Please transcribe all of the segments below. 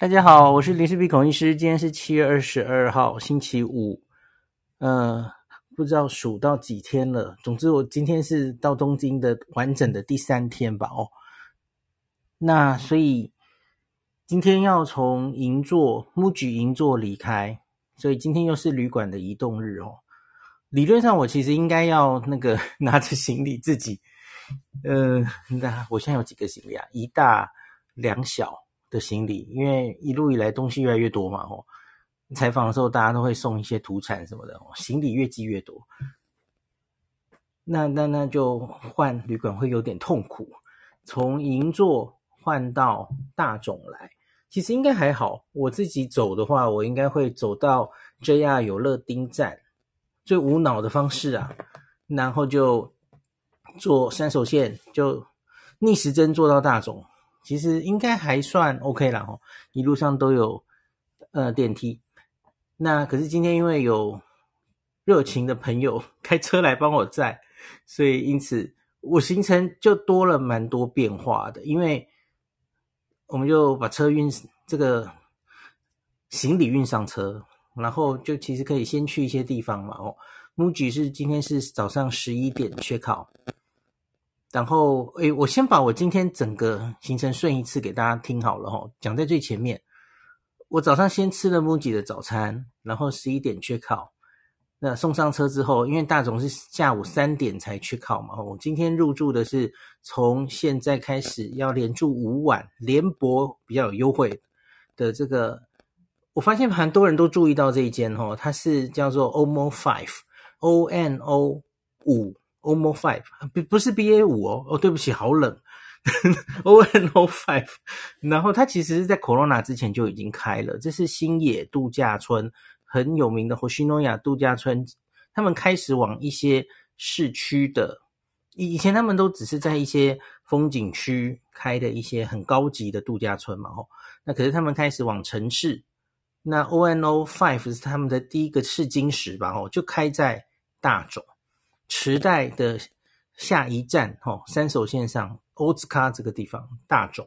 大家好，我是林氏璧孔医师，今天是7月22号，星期五。不知道数到几天了，总之我今天是到东京的完整的第3天吧。那所以今天要从MUJI 银座离开，所以今天又是旅馆的移动日哦。理论上我其实应该要拿着行李自己，那我现在有几个行李啊？1大2小的行李，因为一路以来东西越来越多嘛，采访的时候大家都会送一些土产什么的，行李越积越多，那就换旅馆会有点痛苦，从银座换到大冢来，其实应该还好，我自己走的话，我应该会走到 JR 有乐町站，最无脑的方式啊，然后就坐山手线，就逆时针坐到大冢，其实应该还算 OK 啦，一路上都有电梯。那可是今天因为有热情的朋友开车来帮我载，所以因此我行程就多了蛮多变化的，因为我们就把这个行李运上车，然后就其实可以先去一些地方嘛。MUJI 今天是早上11点check out，然后我先把我今天整个行程顺一次给大家听好了，讲在最前面。我早上先吃了 MUJI 的早餐，然后11点check out，那送上车之后，因为大总是下午3点才check out嘛，我今天入住的是从现在开始要连住5晚，联博比较有优惠的这个，我发现很多人都注意到这一间它是叫做 OMO 5 ONO 5 OMO 5，不是 BA5 对不起，好冷ONO 5，然后它其实是在 Corona 之前就已经开了，这是新野度假村很有名的 Hoshinoya 度假村，他们开始往一些市区的，以前他们都只是在一些风景区开的一些很高级的度假村嘛，那可是他们开始往城市，那 ONO 5是他们的第一个试金石吧，就开在大冢池袋的下一站山手线上欧兹卡这个地方，大冢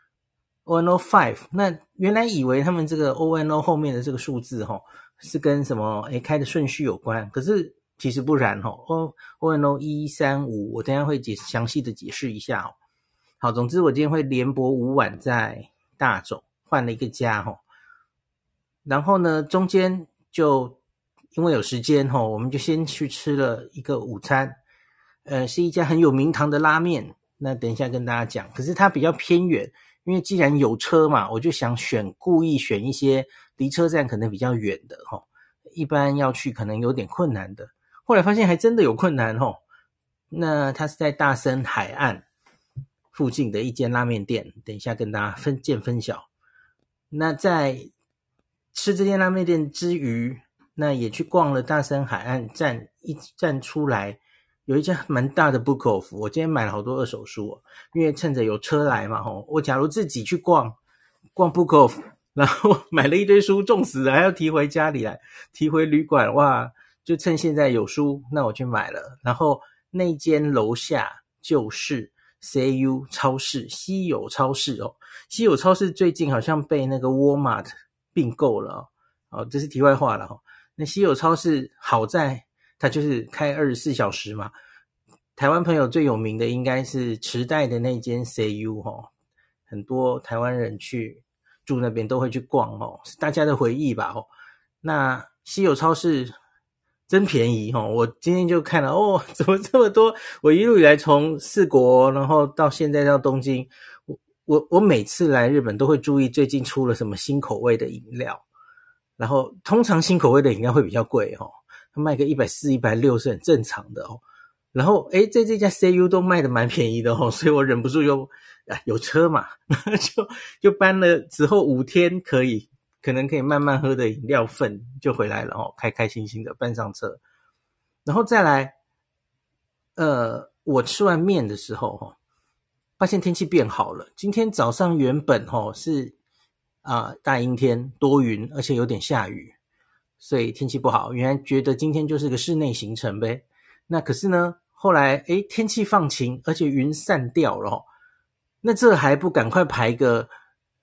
ONO 5，那原来以为他们这个 ONO 后面的这个数字是跟什么开的顺序有关，可是其实不然ONO 135，我等一下会详细的解释一下好，总之我今天会连播5晚在大冢，换了一个家然后呢中间就因为有时间我们就先去吃了一个午餐，是一家很有名堂的拉面，那等一下跟大家讲，可是它比较偏远，因为既然有车嘛，我就想故意选一些离车站可能比较远的一般要去可能有点困难的，后来发现还真的有困难那它是在大森海岸附近的一间拉面店，等一下跟大家分晓。那在吃这间拉面店之余，那也去逛了大森海岸站，一站出来有一家蛮大的 Book Off， 我今天买了好多二手书因为趁着有车来嘛我假如自己去逛 Book Off， 然后买了一堆书，重死了还要提回家里来，提回旅馆，哇，就趁现在有书，那我去买了。然后那间楼下就是 CU 超市，稀有超市稀有超市最近好像被那个 Walmart 并购了这是题外话了那稀有超市好在它就是开24小时嘛，台湾朋友最有名的应该是池袋的那间 CU 很多台湾人去住那边都会去逛是大家的回忆吧那稀有超市真便宜我今天就看了怎么这么多，我一路以来从4国然后到现在到东京，我每次来日本都会注意最近出了什么新口味的饮料，然后通常新口味的饮料会比较贵它卖个140、160是很正常的然后在这家 CU 都卖的蛮便宜的所以我忍不住有车嘛就搬了之后5天可能可以慢慢喝的饮料份就回来了开开心心的搬上车。然后再来我吃完面的时候发现天气变好了，今天早上原本是大阴天多云，而且有点下雨，所以天气不好，原来觉得今天就是个室内行程呗。那可是呢后来天气放晴，而且云散掉了那这还不赶快排个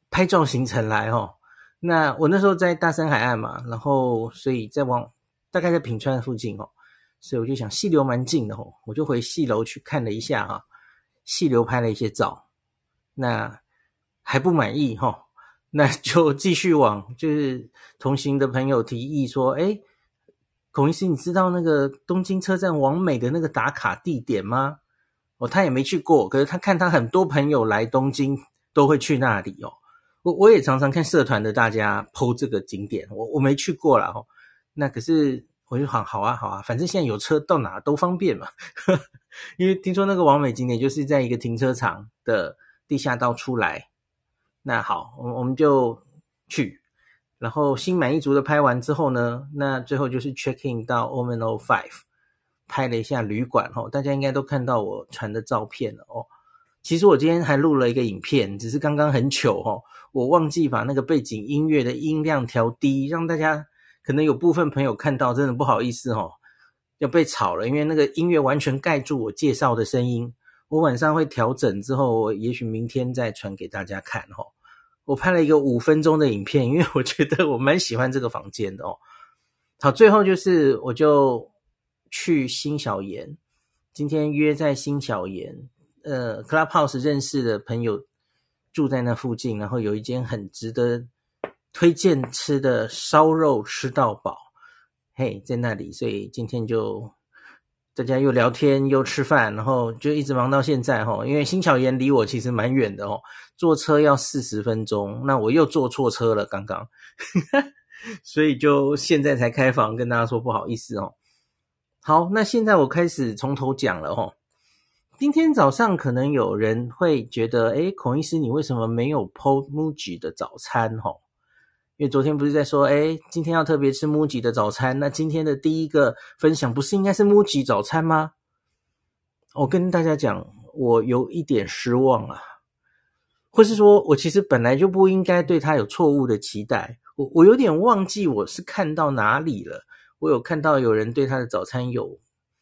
拍照行程来那我那时候在大森海岸嘛，然后所以大概在品川附近所以我就想溪流蛮近的我就回戏楼去看了一下溪流拍了一些照，那还不满意那就继续就是同行的朋友提议说，孔医师你知道那个东京车站往美的那个打卡地点吗？他也没去过，可是他看他很多朋友来东京都会去那里我也常常看社团的大家 po 这个景点，我没去过啦那可是我就好啊，反正现在有车到哪都方便嘛因为听说那个往美景点就是在一个停车场的地下道出来，那好，我们就去，然后心满意足的拍完之后呢，那最后就是 check in 到 Omino 5，拍了一下旅馆大家应该都看到我传的照片了其实我今天还录了一个影片，只是刚刚很糗我忘记把那个背景音乐的音量调低，让大家可能有部分朋友看到，真的不好意思要被吵了，因为那个音乐完全盖住我介绍的声音。我晚上会调整之后，我也许明天再传给大家看我拍了一个5分钟的影片，因为我觉得我蛮喜欢这个房间的好，最后就是我就去新小岩，今天约在新小岩Clubhouse 认识的朋友住在那附近，然后有一间很值得推荐吃的烧肉吃到饱在那里，所以今天就大家又聊天又吃饭，然后就一直忙到现在因为新小岩离我其实蛮远的坐车要40分钟，那我又坐错车了刚刚所以就现在才开房跟大家说不好意思好，那现在我开始从头讲了今天早上可能有人会觉得孔医师你为什么没有 po Muji 的早餐因为昨天不是在说今天要特别吃 Muji 的早餐，那今天的第一个分享不是应该是 Muji 早餐吗？我跟大家讲，我有一点失望啊，或是说我其实本来就不应该对他有错误的期待，我有点忘记我是看到哪里了，我有看到有人对他的早餐有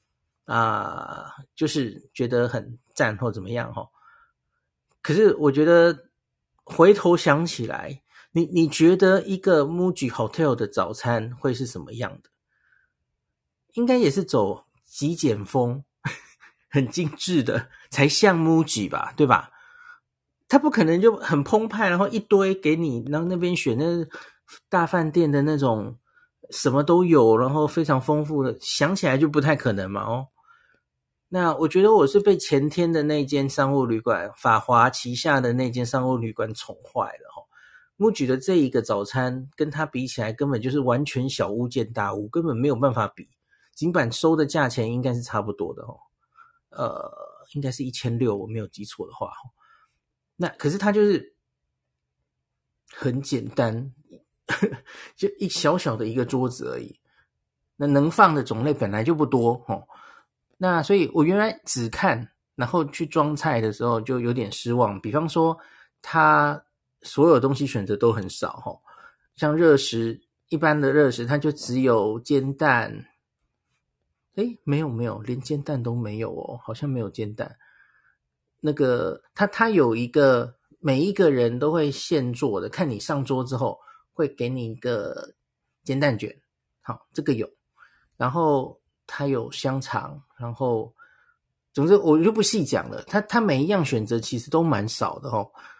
就是觉得很赞或怎么样可是我觉得回头想起来，你觉得一个 Muji Hotel 的早餐会是什么样的？应该也是走极简风很精致的才像 Muji 吧，对吧？他不可能就很澎湃，然后一堆给你，然后那边选那大饭店的那种什么都有，然后非常丰富的，想起来就不太可能嘛那我觉得我是被前天的那间商务旅馆法华旗下的那间商务旅馆宠坏了Muji 的这一个早餐跟它比起来根本就是完全小巫见大巫，根本没有办法比，尽管收的价钱应该是差不多的应该是1600我没有记错的话那可是它就是很简单就一小小的一个桌子而已，那能放的种类本来就不多那所以我原来只看然后去装菜的时候就有点失望，比方说它所有东西选择都很少像热食一般的热食它就只有煎蛋没有连煎蛋都没有好像没有煎蛋，那个它有一个每一个人都会现做的，看你上桌之后会给你一个煎蛋卷，好，这个有，然后它有香肠，然后总之我就不细讲了，它每一样选择其实都蛮少的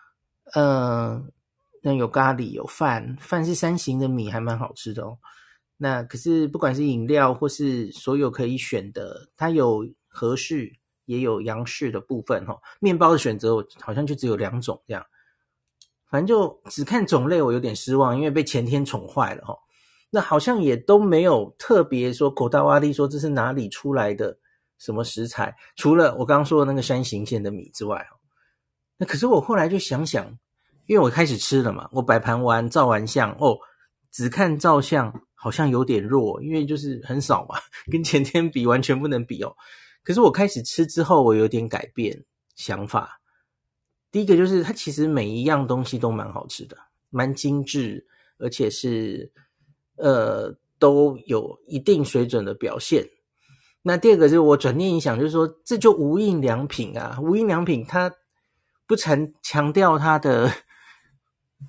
那有咖喱有饭是3型的米还蛮好吃的那可是不管是饮料或是所有可以选的，它有和式也有洋式的部分面包的选择我好像就只有2种这样，反正就只看种类我有点失望，因为被前天宠坏了那好像也都没有特别说口大洼地说这是哪里出来的什么食材，除了我刚刚说的那个山形县的米之外那可是我后来就想想，因为我开始吃了嘛，我摆盘完照完相只看照相好像有点弱，因为就是很少嘛，跟前天比完全不能比可是我开始吃之后我有点改变想法，第一个就是它其实每一样东西都蛮好吃的，蛮精致，而且是都有一定水准的表现。那第二个就是我转念一想，就是说这就无印良品啊，无印良品它不强调它的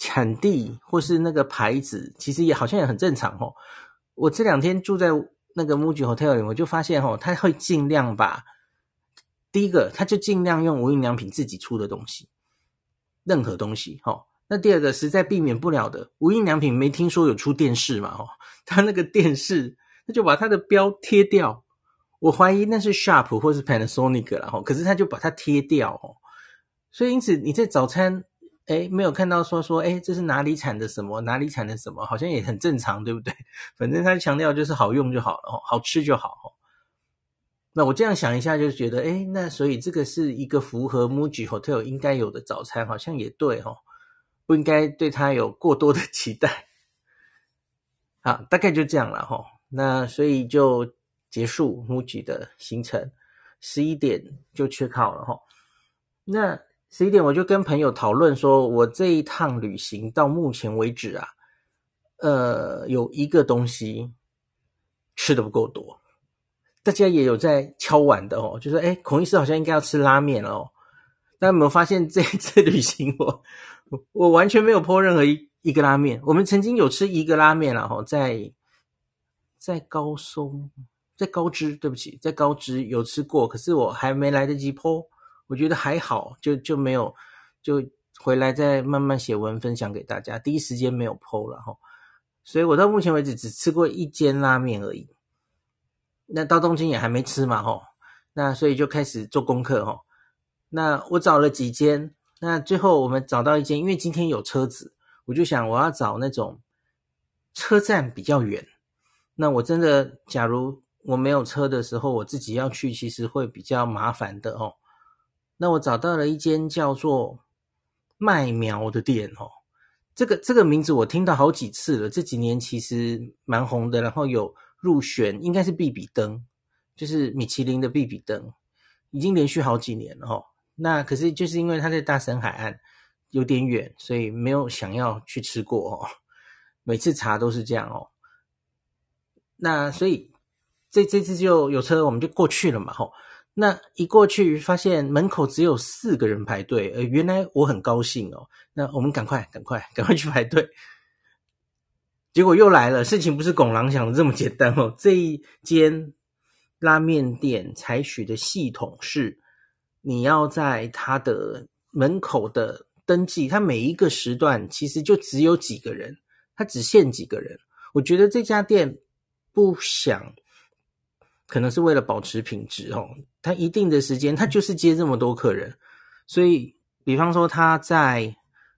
产地或是那个牌子，其实也好像也很正常哦。我这2天住在那个 MUJI Hotel 里，我就发现他会尽量把第一个，他就尽量用无印良品自己出的东西，任何东西那第二个实在避免不了的，无印良品没听说有出电视嘛他那个电视他就把他的标贴掉，我怀疑那是 Sharp 或是 Panasonic 啦可是他就把它贴掉所以因此你在早餐没有看到说这是哪里产的什么哪里产的什么，好像也很正常对不对？反正他强调就是好用就好了好吃就好那我这样想一下就觉得那所以这个是一个符合 MUJI Hotel 应该有的早餐，好像也对不应该对它有过多的期待。好，大概就这样了那所以就结束 MUJI 的行程，11点就check out了那11点我就跟朋友讨论说，我这一趟旅行到目前为止啊，有一个东西吃得不够多，大家也有在敲碗的就说孔医师好像应该要吃拉面了大家有没有发现这一次旅行我完全没有po任何一个拉面。我们曾经有吃一个拉面啦在高松，在高知，对不起，在高知有吃过，可是我还没来得及po，我觉得还好，就没有，就回来再慢慢写文分享给大家，第一时间没有po了所以我到目前为止只吃过一间拉面而已。那到东京也还没吃嘛那所以就开始做功课那我找了几间，那最后我们找到一间，因为今天有车子，我就想我要找那种车站比较远。那我真的假如我没有车的时候，我自己要去其实会比较麻烦的那我找到了一间叫做麦苗的店这个名字我听到好几次了，这几年其实蛮红的，然后有入选应该是必比登，就是米其林的必比登，已经连续好几年了那可是就是因为它在大森海岸有点远，所以没有想要去吃过每次查都是这样那所以这次就有车我们就过去了嘛那一过去发现门口只有4个人排队，原来我很高兴那我们赶快去排队。结果又来了，事情不是拱狼想的这么简单这一间拉面店采取的系统是你要在它的门口的登记，它每一个时段其实就只有几个人，它只限几个人。我觉得这家店不想，可能是为了保持品质它一定的时间它就是接这么多客人，所以比方说他在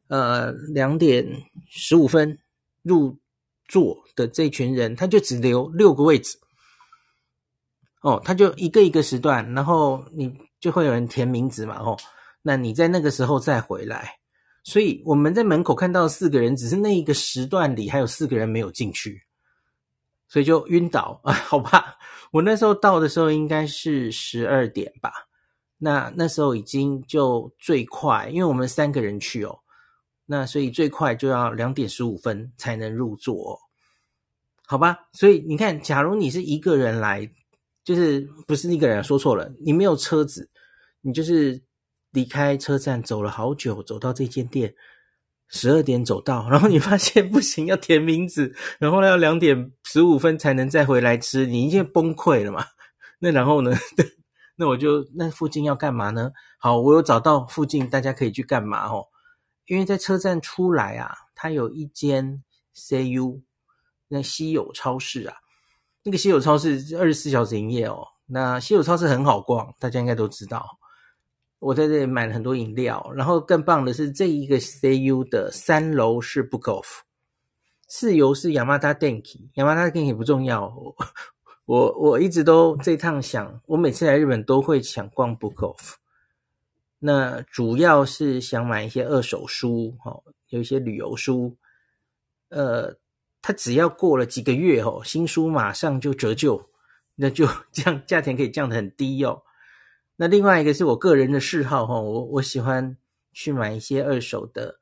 2点15分入座的这群人，他就只留6个位置他就一个一个时段，然后你就会有人填名字嘛那你在那个时候再回来，所以我们在门口看到4个人，只是那一个时段里还有4个人没有进去，所以就晕倒好吧，我那时候到的时候应该是12点吧，那时候已经就最快，因为我们3个人去那所以最快就要2点15分才能入座好吧，所以你看假如你是一个人来，就是不是一个人，说错了，你没有车子，你就是离开车站走了好久，走到这间店12点走到，然后你发现不行要填名字，然后要2点15分才能再回来吃，你已经崩溃了嘛。那然后呢那附近要干嘛呢？好，我有找到附近大家可以去干嘛因为在车站出来啊，它有一间 CU 那稀有超市啊，那个稀有超市24小时营业那稀有超市很好逛，大家应该都知道，我在这里买了很多饮料，然后更棒的是这一个 CU 的3楼是 Book Off，4楼是 Yamada Denki，Yamada Denki 不重要我一直都这趟想，我每次来日本都会想逛 Book Off， 那主要是想买一些二手书有一些旅游书它只要过了几个月新书马上就折旧，那就这样价钱可以降得很低那另外一个是我个人的嗜好我喜欢去买一些二手的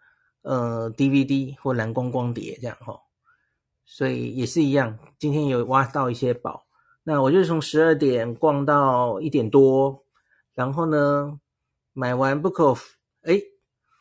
DVD 或蓝光光碟这样所以也是一样，今天有挖到一些宝，那我就从12点逛到1点多，然后呢买完 Book Off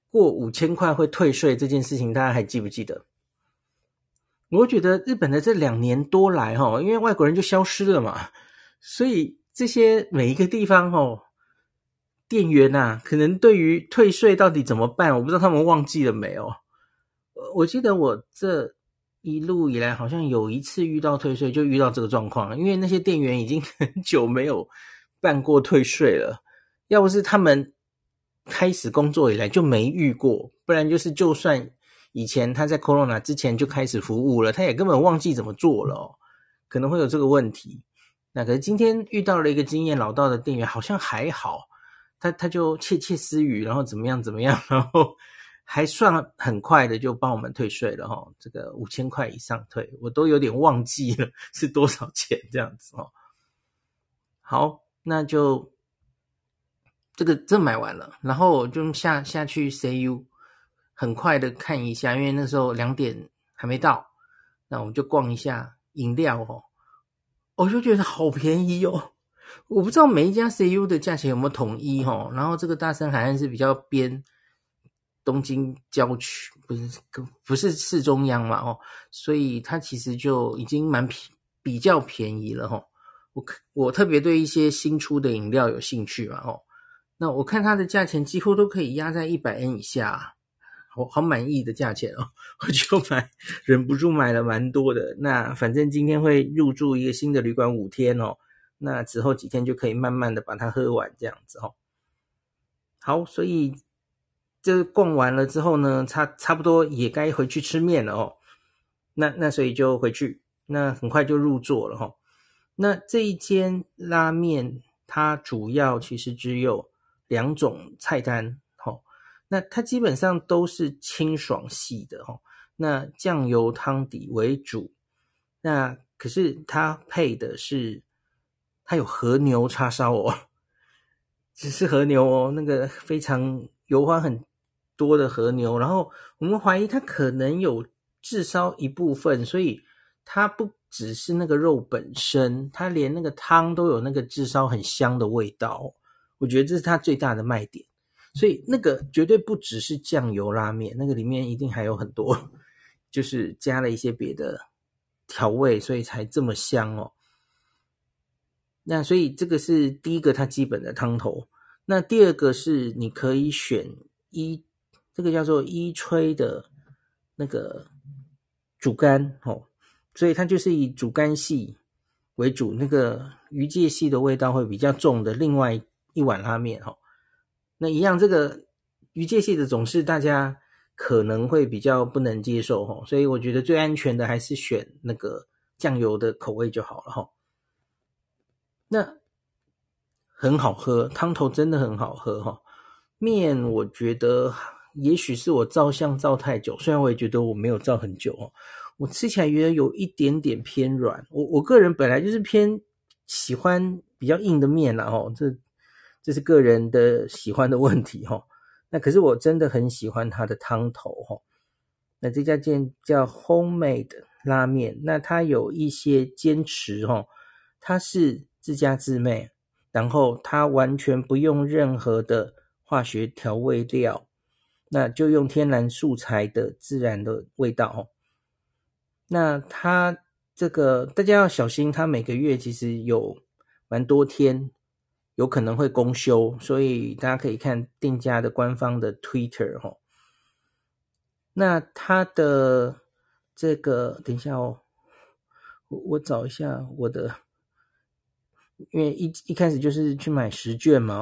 过5000块会退税这件事情，大家还记不记得？我觉得日本的这2年多来因为外国人就消失了嘛，所以这些每一个地方店员可能对于退税到底怎么办，我不知道他们忘记了没有。我记得我这一路以来好像有一次遇到退税就遇到这个状况，因为那些店员已经很久没有办过退税了，要不是他们开始工作以来就没遇过，不然就是就算以前他在 Corona 之前就开始服务了，他也根本忘记怎么做了可能会有这个问题。那可是今天遇到了一个经验老道的店员，好像还好，他就窃窃私语，然后怎么样，然后还算很快的就帮我们退税了这个5000块以上退，我都有点忘记了是多少钱这样子好，那就这买完了，然后我就下去 CU 很快的看一下，因为那时候2点还没到，那我们就逛一下饮料我就觉得好便宜我不知道每一家 CU 的价钱有没有统一然后这个大森海岸是比较边东京郊区，不是市中央嘛所以它其实就已经比较便宜了我特别对一些新出的饮料有兴趣嘛那我看它的价钱几乎都可以压在100 yen 以下，好满意的价钱我就忍不住买了蛮多的。那反正今天会入住一个新的旅馆5天那之后几天就可以慢慢的把它喝完这样子好，所以这逛完了之后呢，差不多也该回去吃面了那所以就回去，那很快就入座了那这一间拉面它主要其实只有2种菜单那它基本上都是清爽系的那酱油汤底为主，那可是它配的是它有和牛叉烧只是和牛那个非常油花很多的和牛，然后我们怀疑它可能有炙烧一部分，所以它不只是那个肉本身，它连那个汤都有那个炙烧很香的味道我觉得这是它最大的卖点。所以那个绝对不只是酱油拉面，那个里面一定还有很多就是加了一些别的调味，所以才这么香那所以这个是第一个它基本的汤头。那第二个是你可以选这个叫做伊吹的那个主干所以它就是以主干系为主，那个鱼介系的味道会比较重的另外一碗拉面那一样这个鱼介系的总是大家可能会比较不能接受所以我觉得最安全的还是选那个酱油的口味就好了那很好喝，汤头真的很好喝面我觉得也许是我照相照太久，虽然我也觉得我没有照很久我吃起来觉得有一点点偏软，我个人本来就是偏喜欢比较硬的面啦这是个人的喜欢的问题那可是我真的很喜欢它的汤头那这家店叫 Homemade 拉面，那它有一些坚持它是自家自卖，然后它完全不用任何的化学调味料，那就用天然素材的自然的味道那它这个大家要小心，它每个月其实有蛮多天有可能会公休，所以大家可以看店家的官方的 Twitter 那它的这个等一下我找一下我的，因为一开始就是去买10卷嘛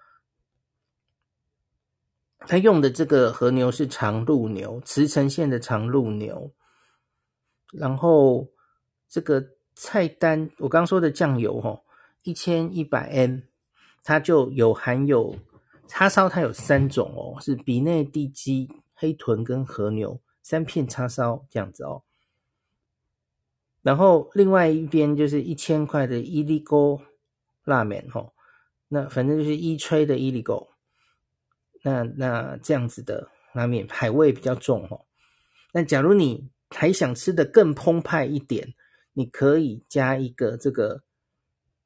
他用的这个和牛是长鹿牛，茨城县的长鹿牛，然后这个菜单我刚说的酱油1100ml，它就含有叉烧，它有3种是比内地鸡、黑豚跟和牛3片叉烧这样子然后另外一边就是1000块的伊利沟拉面那反正就是伊吹的伊利沟，那这样子的拉面海味比较重那假如你还想吃的更澎湃一点，你可以加一个这个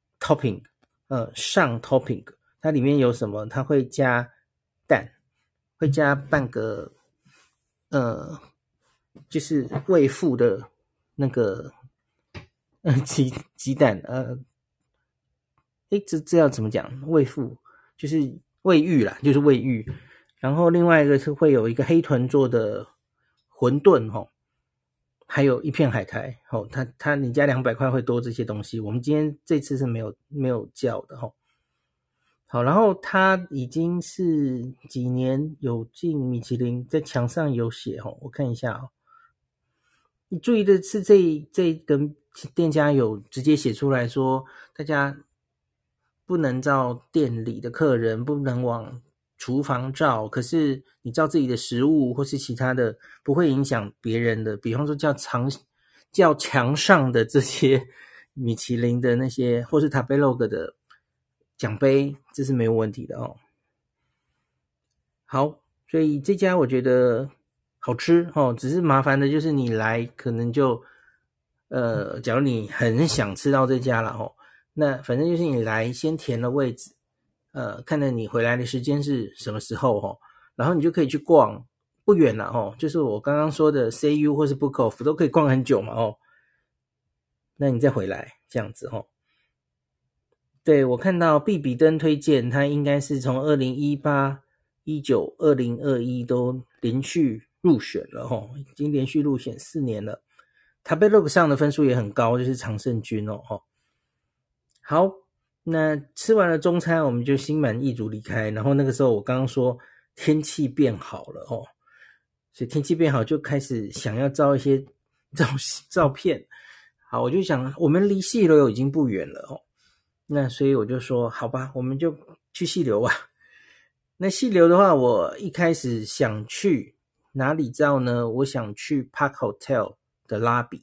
topping 上 topping， 它里面有什么？它会加蛋， 会加半个就是卫父的那个鸡蛋这要怎么讲？卫父就是卫浴啦，就是卫浴。然后另外一个是会有一个黑豚做的馄饨还有一片海苔你加200块会多这些东西。我们今天这次是没有叫的好，然后它已经是几年有进米其林，在墙上有写我看一下你注意的是这个店家有直接写出来说，大家不能照店里的客人，不能往厨房照，可是你照自己的食物或是其他的，不会影响别人的。比方说叫墙上的这些米其林的那些，或是 Tabelog 的奖杯，这是没有问题的好，所以这家我觉得好吃只是麻烦的就是你来可能就假如你很想吃到这家了那反正就是你来先填了位置，看着你回来的时间是什么时候然后你就可以去逛，不远了就是我刚刚说的 CU 或是 Book Off 都可以逛很久嘛那你再回来这样子对，我看到毕比登推荐，它应该是从2018、19、2021都连续入选了已经连续入选4年了。Tabelog 上的分数也很高，就是常胜军好，那吃完了中餐，我们就心满意足离开。然后那个时候我刚刚说天气变好了所以天气变好就开始想要照一些照片。好，我就想我们离细流已经不远了那所以我就说好吧，我们就去细流吧。那细流的话，我一开始想去哪里照呢？我想去 Park Hotel 的 lobby。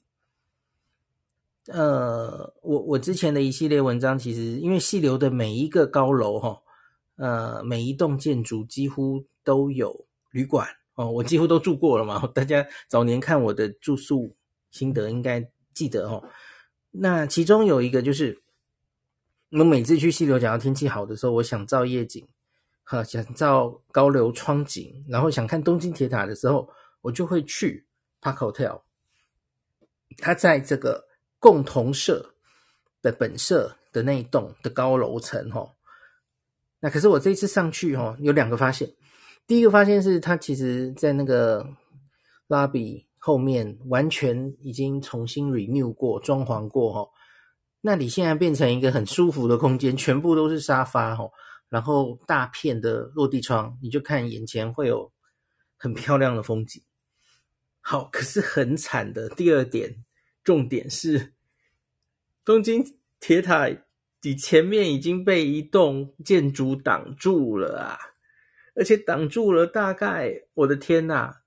我之前的一系列文章，其实因为细流的每一个高楼每一栋建筑几乎都有旅馆我几乎都住过了嘛。大家早年看我的住宿心得应该记得那其中有一个就是我每次去细流讲到天气好的时候，我想照夜景想照高楼窗景，然后想看东京铁塔的时候，我就会去 Park Hotel。它在这个共同社的本社的那一栋的高楼层那可是我这一次上去有2个发现。第一个发现是它其实在那个 lobby 后面完全已经重新 renew 过，装潢过那里现在变成一个很舒服的空间，全部都是沙发然后大片的落地窗，你就看眼前会有很漂亮的风景。好，可是很惨的第二点重点是东京铁塔你前面已经被一栋建筑挡住了而且挡住了大概我的天哪，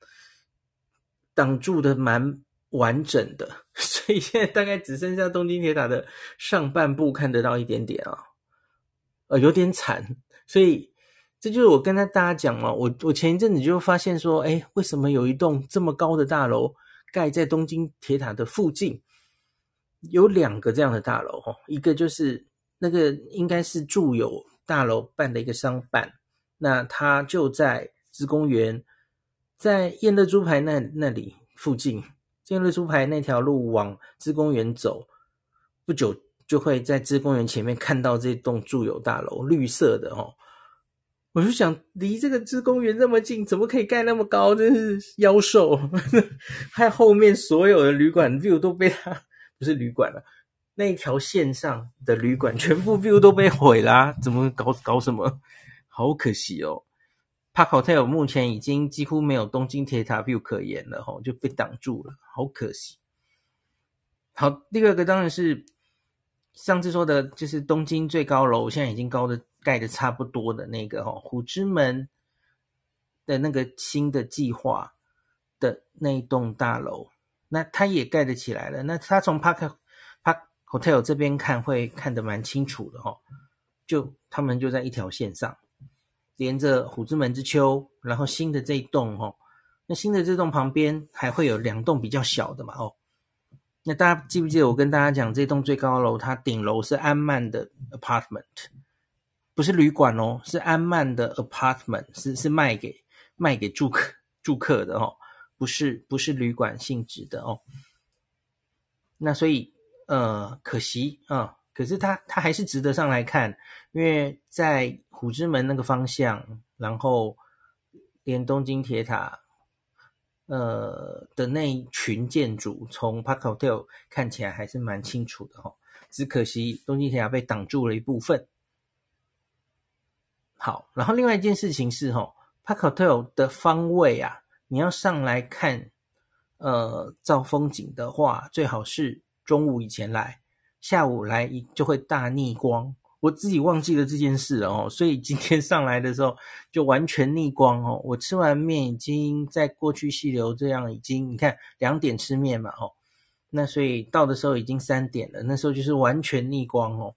挡住的蛮完整的，所以现在大概只剩下东京铁塔的上半部看得到一点点有点惨。所以这就是我跟大家讲嘛，我前一阵子就发现说为什么有一栋这么高的大楼盖在东京铁塔的附近，有2个这样的大楼一个就是那个应该是住友大楼办的一个商办，那它就在芝公园，在燕乐猪排那里附近，燕乐猪排那条路往芝公园走不久就会在芝公园前面看到这栋住友大楼，绿色的我就想离这个芝公园这么近，怎么可以盖那么高，真是妖兽还有后面所有的旅馆 view 都被它，不是旅馆了，那一条线上的旅馆全部 view 都被毁啦怎么搞什么，好可惜Park Hotel 目前已经几乎没有东京铁塔 view 可言了就被挡住了，好可惜。好，第二个当然是上次说的就是东京最高楼现在已经盖的差不多的那个虎之门的那个新的计划的那一栋大楼，那它也盖得起来了，那它从 Park Hotel 这边看会看得蛮清楚的就他们就在一条线上连着虎之门之丘，然后新的这一栋那新的这栋旁边还会有2栋比较小的嘛那大家记不记得我跟大家讲这栋最高楼它顶楼是安曼的 apartment， 不是旅馆哦，是安曼的 apartment， 是卖给住客的哦，不是旅馆性质的哦。那所以可惜啊，可是它还是值得上来看，因为在虎之门那个方向，然后连东京铁塔的那一群建筑，从 Park Hotel 看起来还是蛮清楚的哦。只可惜东京铁塔被挡住了一部分。好，然后另外一件事情是Park Hotel 的方位啊，你要上来看照风景的话，最好是中午以前来，下午来就会大逆光。我自己忘记了这件事哦，所以今天上来的时候就完全逆光哦。我吃完面已经在过去溪流这样已经，你看2点吃面嘛哦，那所以到的时候已经3点了，那时候就是完全逆光哦。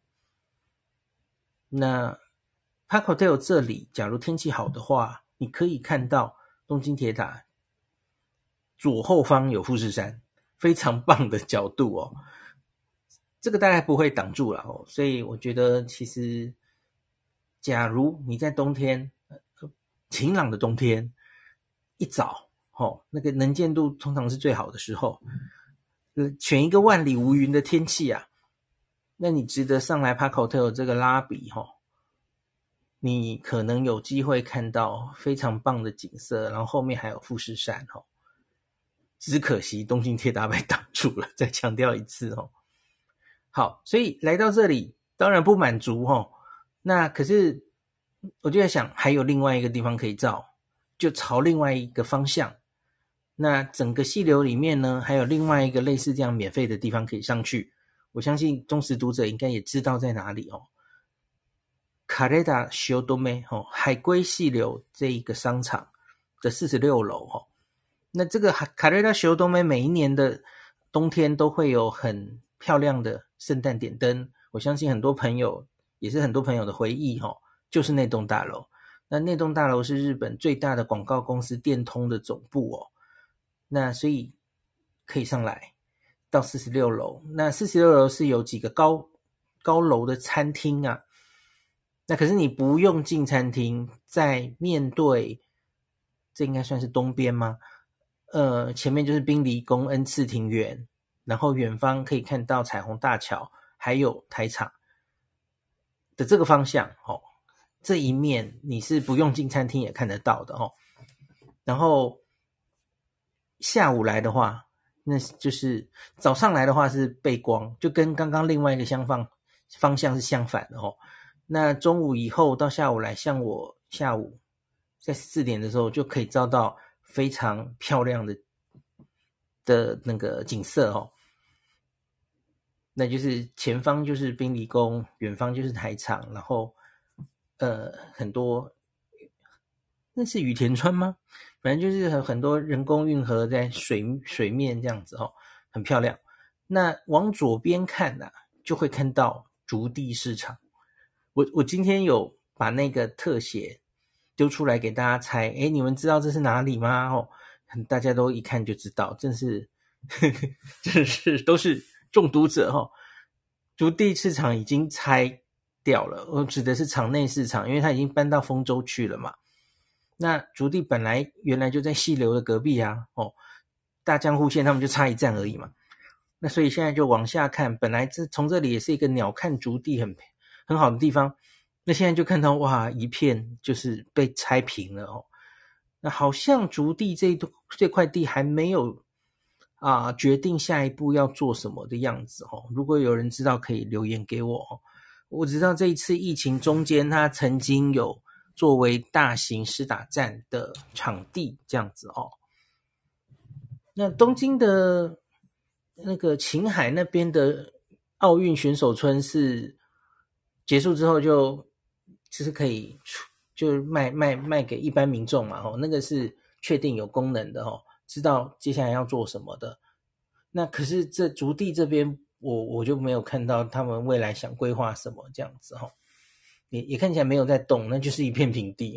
那 Park Hotel 这里，假如天气好的话，你可以看到东京铁塔左后方有富士山，非常棒的角度哦。这个大概不会挡住了哦，所以我觉得其实，假如你在冬天，晴朗的冬天，一早那个能见度通常是最好的时候，选一个万里无云的天气啊，那你值得上来 Park Hotel 这个拉比你可能有机会看到非常棒的景色，然后后面还有富士山只可惜东京铁塔被挡住了，再强调一次好，所以来到这里当然不满足那可是我就在想还有另外一个地方可以照，就朝另外一个方向。那整个溪流里面呢，还有另外一个类似这样免费的地方可以上去。我相信忠实读者应该也知道在哪里卡雷达修多梅海龟溪流这一个商场的46楼那这个卡雷达修多梅每一年的冬天都会有很漂亮的圣诞点灯，我相信很多朋友也是很多朋友的回忆就是那栋大楼。那栋大楼是日本最大的广告公司电通的总部那所以可以上来到46楼。那46楼是有几个高楼的餐厅啊，那可是你不用进餐厅，在面对这应该算是东边吗？前面就是滨离宫恩赐庭园，然后远方可以看到彩虹大桥，还有台场的这个方向这一面你是不用进餐厅也看得到的然后下午来的话，那就是早上来的话是背光，就跟刚刚另外一个方向是相反的那中午以后到下午来，像我下午在4点的时候就可以照到非常漂亮的那个景色那就是前方就是滨离宫，远方就是台场，然后很多那是羽田川吗？反正就是很多人工运河在水面这样子很漂亮。那往左边看就会看到竹地市场。我今天有把那个特写丢出来给大家猜，你们知道这是哪里吗？大家都一看就知道，真是都是中毒者竹地市场已经拆掉了，我指的是场内市场，因为它已经搬到丰州去了嘛。那竹地本来原来就在溪流的隔壁啊大江户线他们就差一站而已嘛。那所以现在就往下看，本来从这里也是一个鸟瞰竹地很好的地方，那现在就看到哇，一片就是被拆平了那好像竹地这块地还没有决定下一步要做什么的样子如果有人知道可以留言给我我知道这一次疫情中间它曾经有作为大型施打战的场地这样子那东京的那个晴海那边的奥运选手村是结束之后就是可以就卖给一般民众嘛那个是确定有功能的知道接下来要做什么的。那可是这竹地这边我就没有看到他们未来想规划什么这样子也看起来没有在动，那就是一片平地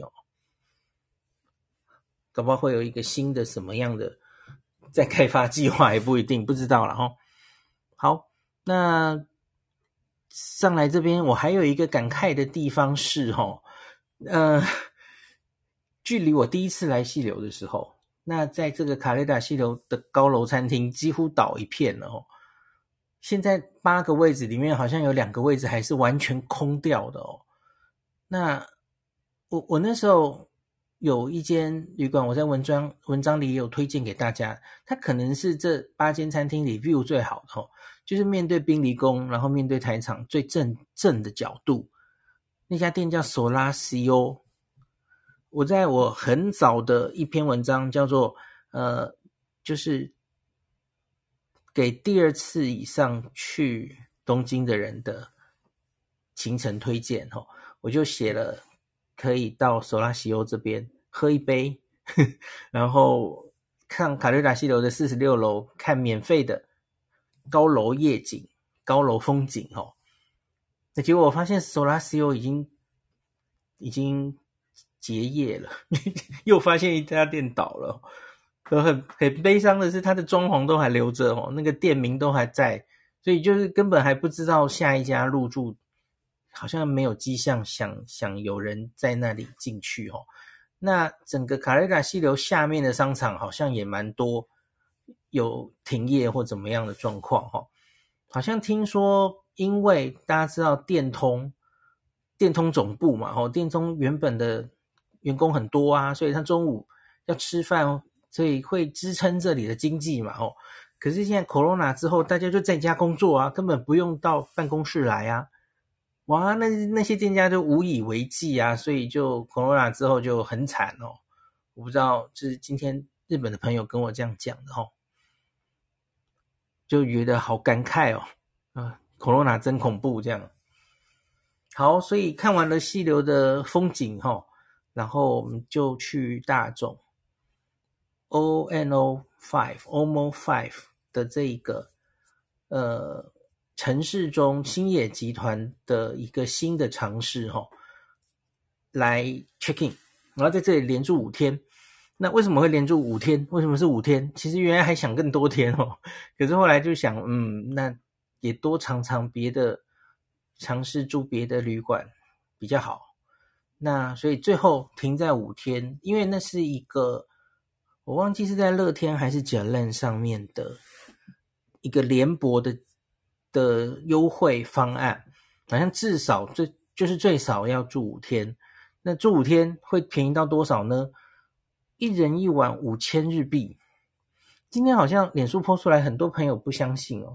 搞不好会有一个新的什么样的在开发计划也不一定，不知道了好，那上来这边我还有一个感慨的地方是距离我第一次来溪流的时候，那在这个卡雷达溪流的高楼餐厅几乎倒一片了现在8个位置里面好像有2个位置还是完全空掉的那我那时候有一间旅馆，我在文章里也有推荐给大家，它可能是这8间餐厅里 view 最好的就是面对滨离宫，然后面对台场最正的角度。那家店叫 Solacio， 我在我很早的一篇文章叫做就是给第2次以上去东京的人的行程推荐我就写了可以到索拉西欧这边喝一杯然后看卡瑞达溪流的46楼看免费的高楼夜景高楼风景那结果我发现索拉西欧已经结业了又发现一家店倒了很悲伤的是它的装潢都还留着那个店名都还在，所以就是根本还不知道下一家入驻，好像没有迹象想有人在那里进去那整个卡雷达溪流下面的商场好像也蛮多有停业或怎么样的状况好像听说因为大家知道电通总部嘛电通原本的员工很多啊，所以他中午要吃饭所以会支撑这里的经济嘛可是现在 Corona 之后大家就在家工作啊，根本不用到办公室来啊哇，那些店家就无以为继啊，所以就 Corona 之后就很惨我不知道是今天日本的朋友跟我这样讲的就觉得好感慨Corona 真恐怖这样。好，所以看完了溪流的风景然后我们就去大众 ONO 5的这一个城市中星野集团的一个新的尝试来 check in， 然后在这里连住5天。那为什么会连住5天？为什么是5天？其实原来还想更多天可是后来就想那也多尝别的，尝试住别的旅馆比较好。那所以最后停在5天，因为那是一个我忘记是在乐天还是Jalan上面的一个联博的优惠方案，好像至少最少要住5天。那住5天会便宜到多少呢？一人一晚5000日币。今天好像脸书 po 出来，很多朋友不相信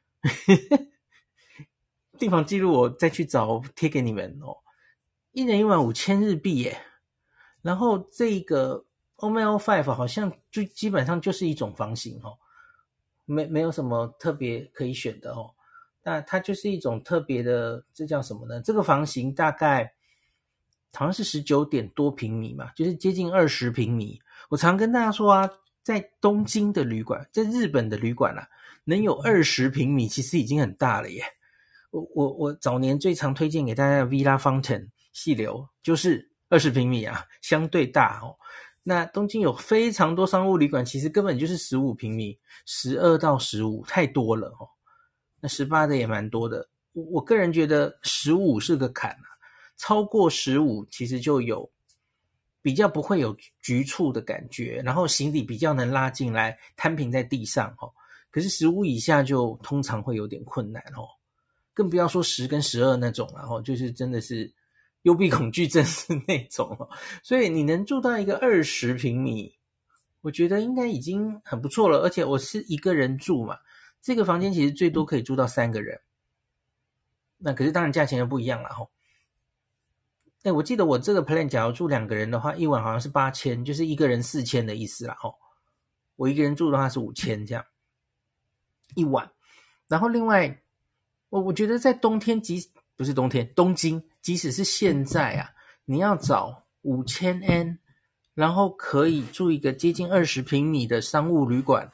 订房记录我再去找贴给你们一人一晚5000日币耶。然后这个 OMO 5好像就基本上就是一种房型没有什么特别可以选的那它就是一种特别的，这叫什么呢？这个房型大概好像是19点多平米嘛，就是接近20平米。我常跟大家说啊，在东京的旅馆，在日本的旅馆能有20平米其实已经很大了耶。我早年最常推荐给大家的 Villa Fountain 细流就是20平米啊，相对大那东京有非常多商务旅馆，其实根本就是15平米，12到15太多了那18的也蛮多的。我个人觉得15是个坎超过15其实就有比较不会有局促的感觉，然后行李比较能拉进来摊平在地上可是15以下就通常会有点困难更不要说10跟12那种就是真的是幽闭恐惧症是那种所以你能住到一个20平米，我觉得应该已经很不错了。而且我是一个人住嘛，这个房间其实最多可以住到3个人，那可是当然价钱又不一样了我记得我这个 plan 假如住2个人的话，一晚好像是8000，就是一个人4000的意思啦我一个人住的话是5000这样一晚。然后另外我觉得在冬京即使是现在你要找5000 yen 然后可以住一个接近20平米的商务旅馆，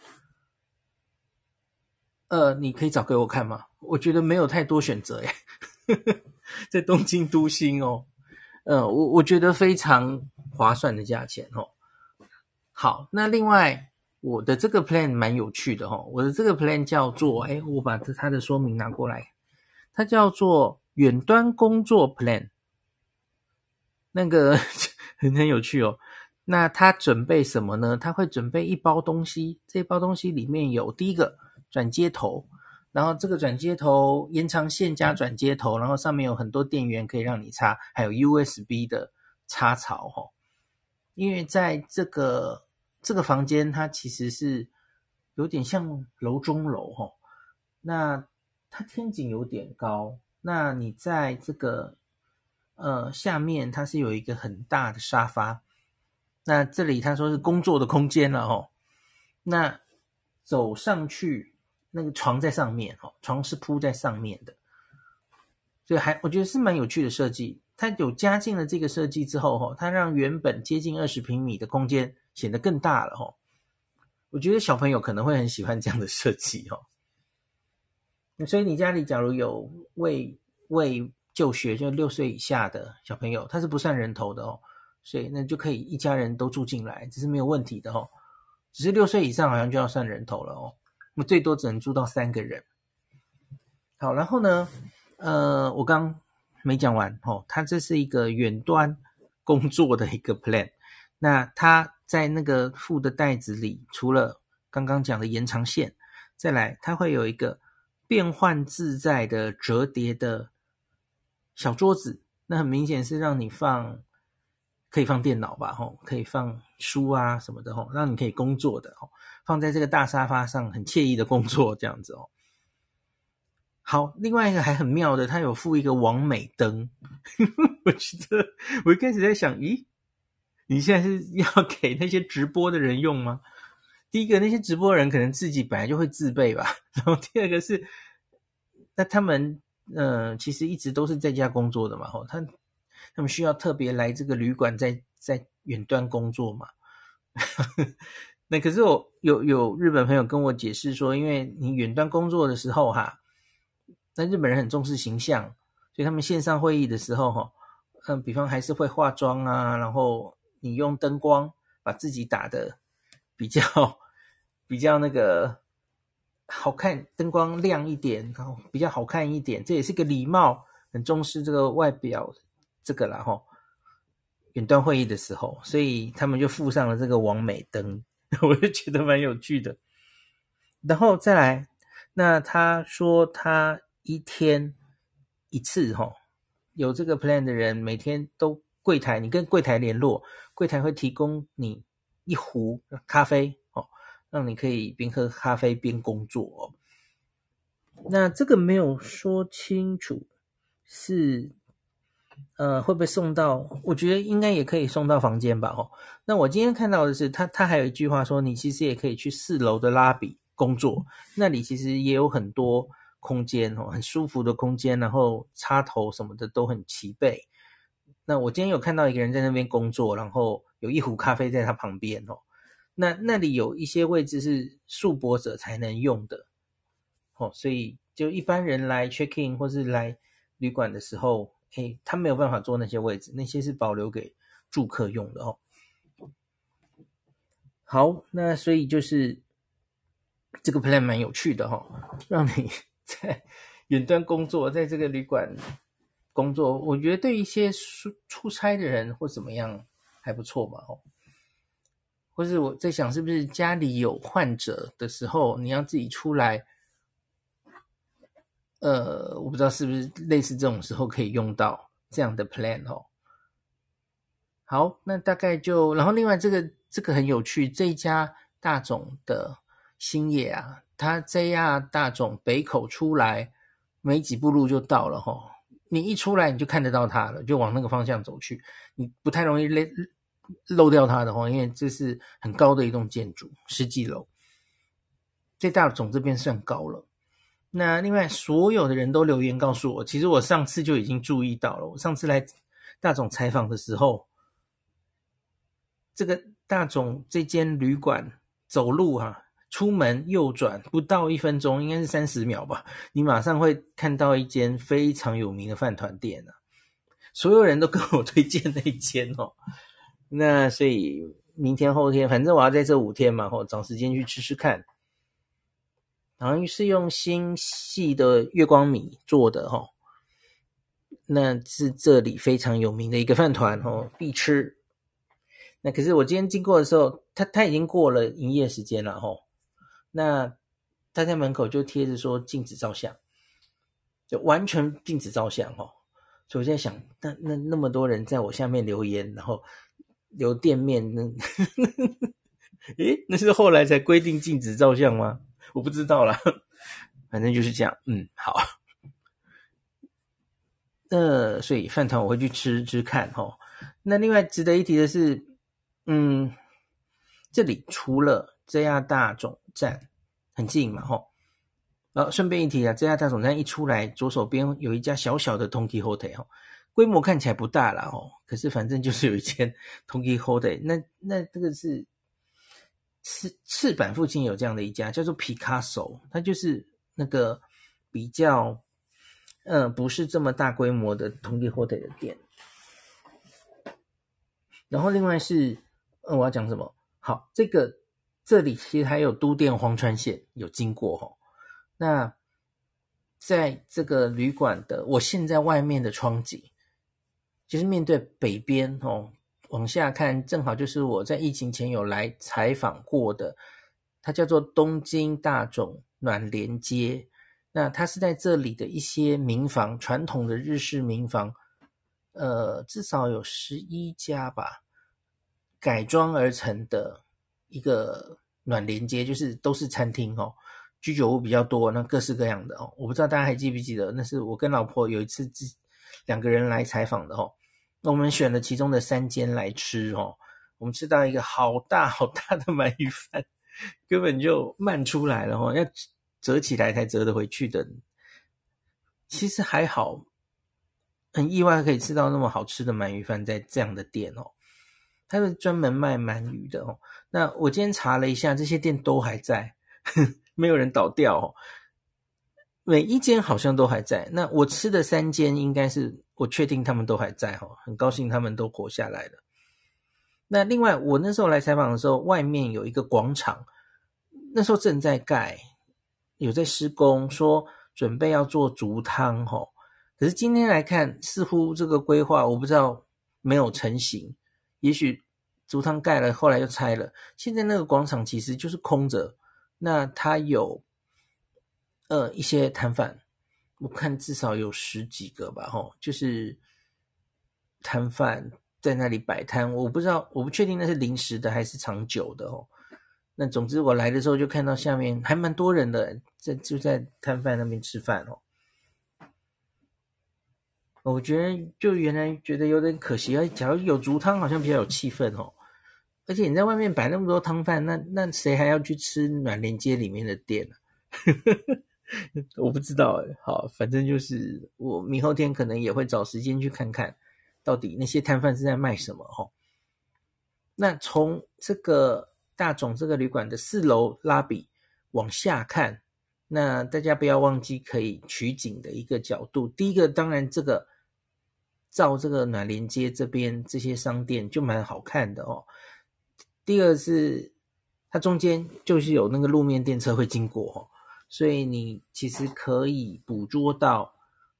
你可以找给我看吗？我觉得没有太多选择耶在东京都心我觉得非常划算的价钱好，那另外我的这个 plan 蛮有趣的我的这个 plan 叫做我把它的说明拿过来， 它叫做远端工作 Plan， 那个很有趣哦。那他准备什么呢？他会准备一包东西，这一包东西里面有第一个转接头，然后这个转接头延长线加转接头，然后上面有很多电源可以让你插，还有 USB 的插槽哦。因为在这个房间它其实是有点像楼中楼哦，那它天井有点高，那你在这个下面它是有一个很大的沙发，那这里他说是工作的空间了哦。那走上去，那个床在上面哦，床是铺在上面的，所以我觉得是蛮有趣的设计。它有加进了这个设计之后哦，它让原本接近20平米的空间显得更大了哦。我觉得小朋友可能会很喜欢这样的设计哦。所以你家里假如有未就学，就6岁以下的小朋友，他是不算人头的哦。所以那就可以一家人都住进来，这是没有问题的哦。只是6岁以上好像就要算人头了哦，那最多只能住到3个人。好，然后呢，我刚没讲完哦，它这是一个远端工作的一个 plan。那它在那个附的袋子里，除了刚刚讲的延长线，再来它会有一个变换自在的折叠的小桌子，那很明显是让你可以放电脑吧，可以放书啊什么的，让你可以工作的，放在这个大沙发上很惬意的工作这样子哦。好，另外一个还很妙的，它有附一个网美灯。我觉得我一开始在想，咦，你现在是要给那些直播的人用吗？第一个，那些直播的人可能自己本来就会自备吧，然后第二个是，那他们其实一直都是在家工作的嘛，他们需要特别来这个旅馆在远端工作嘛。那可是我有日本朋友跟我解释说，因为你远端工作的时候那日本人很重视形象，所以他们线上会议的时候比方还是会化妆啊，然后你用灯光把自己打得比较那个好看，灯光亮一点，然后比较好看一点，这也是个礼貌，很重视这个外表这个啦齁。远端会议的时候，所以他们就附上了这个网美灯，我就觉得蛮有趣的。然后再来，那他说他一天一次有这个 plan 的人每天都柜台，你跟柜台联络，柜台会提供你一壶咖啡让你可以边喝咖啡边工作那这个没有说清楚是会不会送到，我觉得应该也可以送到房间吧那我今天看到的是他还有一句话说，你其实也可以去4楼的拉比工作，那里其实也有很多空间很舒服的空间，然后插头什么的都很齐备。那我今天有看到一个人在那边工作，然后有一壶咖啡在他旁边那里有一些位置是宿泊者才能用的所以就一般人来 check in 或是来旅馆的时候他没有办法坐那些位置，那些是保留给住客用的好，那所以就是这个 plan 蛮有趣的让你在远端工作，在这个旅馆工作，我觉得对一些出差的人或怎么样还不错嘛或是我在想是不是家里有患者的时候，你要自己出来我不知道是不是类似这种时候可以用到这样的 plan 好，那大概就，然后另外这个很有趣，这一家大总的兴业它JR大总北口出来没几步路就到了你一出来你就看得到它了，就往那个方向走去，你不太容易漏掉它的因为这是很高的一栋建筑，10几楼，在大总这边算高了。那另外所有的人都留言告诉我，其实我上次就已经注意到了，我上次来大总采访的时候，这个大总这间旅馆走路出门右转不到1分钟，应该是30秒吧，你马上会看到一间非常有名的饭团店所有人都跟我推荐那一间那所以明天后天反正我要在这5天嘛找时间去吃吃看。 好像是用新系的月光米做的齁，那是这里非常有名的一个饭团齁，必吃。那可是我今天经过的时候，它已经过了营业时间了齁，那他在门口就贴着说禁止照相，就完全禁止照相齁。所以我在想，那么多人在我下面留言，然后留店面，诶，那是后来才规定禁止照相吗？我不知道啦，反正就是这样。好。所以饭团我会去吃吃看齁。那另外值得一提的是，这里除了 JR 大总站很近嘛齁，然后顺便一提啊，JR 大总站一出来，左手边有一家小小的 Don Quijote 齁，规模看起来不大啦齁，可是反正就是有一间 Don Quijote，那这个是赤坂附近有这样的一家叫做 Picasso， 它就是那个比较不是这么大规模的 Don Quijote 的店。然后另外是我要讲什么？好，这里其实还有都电荒川线有经过齁。那在这个旅馆的我现在外面的窗景，就是面对北边齁，往下看正好就是我在疫情前有来采访过的，它叫做东京大冢暖莲街。那它是在这里的一些民房，传统的日式民房，至少有11家吧，改装而成的一个暖连接，就是都是餐厅哦，居酒屋比较多，那各式各样的哦。我不知道大家还记不记得，那是我跟老婆有一次两个人来采访的哦。那我们选了其中的3间来吃哦，我们吃到一个好大好大的鳗鱼饭，根本就漫出来了哦，要折起来才折得回去的。其实还好，很意外可以吃到那么好吃的鳗鱼饭在这样的店哦。它是专门卖鳗鱼的哦。那我今天查了一下，这些店都还在，没有人倒掉哦。每一间好像都还在。那我吃的3间应该是我确定他们都还在哦，很高兴他们都活下来了。那另外我那时候来采访的时候，外面有一个广场，那时候正在盖，有在施工，说准备要做竹汤齁。可是今天来看，似乎这个规划我不知道没有成型，也许竹汤盖了，后来又拆了。现在那个广场其实就是空着，那它有一些摊贩，我看至少有10几个吧齁，就是摊贩在那里摆摊，我不知道，我不确定那是临时的还是长久的哦。那总之我来的时候就看到下面还蛮多人的，就在摊贩那边吃饭哦。我觉得就原来觉得有点可惜啊，假如有竹汤好像比较有气氛哦。而且你在外面摆那么多汤饭，那谁还要去吃暖连街里面的店呢？我不知道诶。好，反正就是我明后天可能也会找时间去看看，到底那些摊贩是在卖什么齁。那从这个大冢这个旅馆的4楼拉比往下看，那大家不要忘记可以取景的一个角度。第一个当然这个照这个暖连街这边这些商店就蛮好看的哦。第二是它中间就是有那个路面电车会经过哦，所以你其实可以捕捉到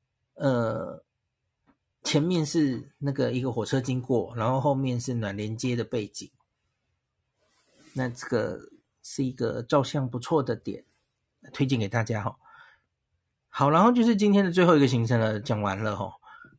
前面是那个一个火车经过，然后后面是暖连街的背景，那这个是一个照相不错的点，推荐给大家齁。好，然后就是今天的最后一个行程了，讲完了齁。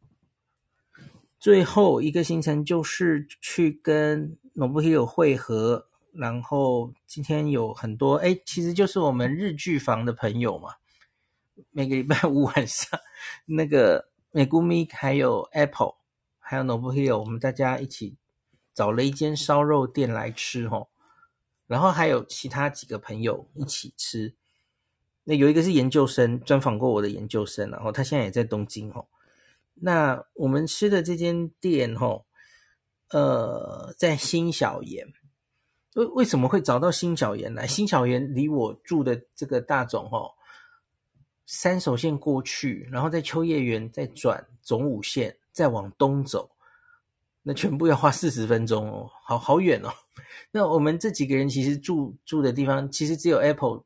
最后一个行程就是去跟 Nobuhiro 会合，然后今天有很多其实就是我们日剧房的朋友嘛，每个礼拜五晚上那个Megumi 还有 Apple 还有 Nobuhiro 我们大家一起找了一间烧肉店来吃齁，然后还有其他几个朋友一起吃。那有一个是研究生，专访过我的研究生，然后他现在也在东京齁。那我们吃的这间店齁，在新小岩。为什么会找到新小岩来？新小岩离我住的这个大冢齁，山手线过去，然后在秋叶原再转总武线，再往东走，那全部要花40分钟哦，好远哦。那我们这几个人其实住的地方，其实只有 Apple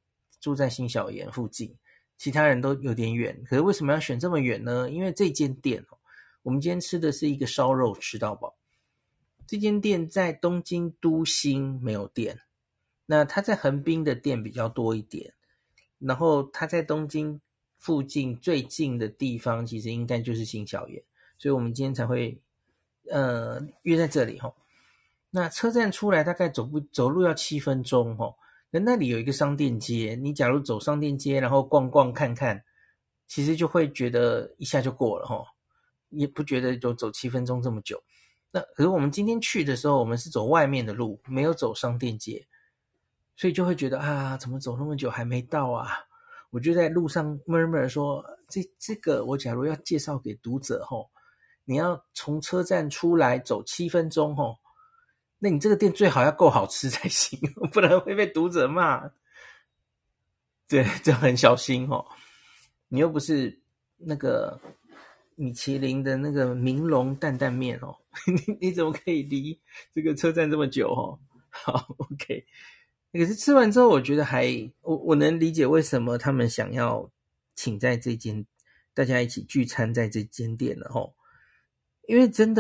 住在新小岩附近，其他人都有点远。可是为什么要选这么远呢？因为这间店我们今天吃的是一个烧肉吃到饱。这间店在东京都心没有店，那它在横滨的店比较多一点，然后它在东京附近最近的地方其实应该就是新小岩，所以我们今天才会约在这里那车站出来大概走路要7分钟那里有一个商店街，你假如走商店街然后逛逛看看，其实就会觉得一下就过了也不觉得就走7分钟这么久。那可是我们今天去的时候，我们是走外面的路，没有走商店街，所以就会觉得啊，怎么走那么久还没到啊？我就在路上 murmur 说，这个我假如要介绍给读者你要从车站出来走7分钟那你这个店最好要够好吃才行，不然会被读者骂。对，就很小心你又不是那个米其林的那个明龙担担面你怎么可以离这个车站这么久好 OK。 可是吃完之后我觉得我能理解为什么他们想要请在这间大家一起聚餐在这间店了因为真的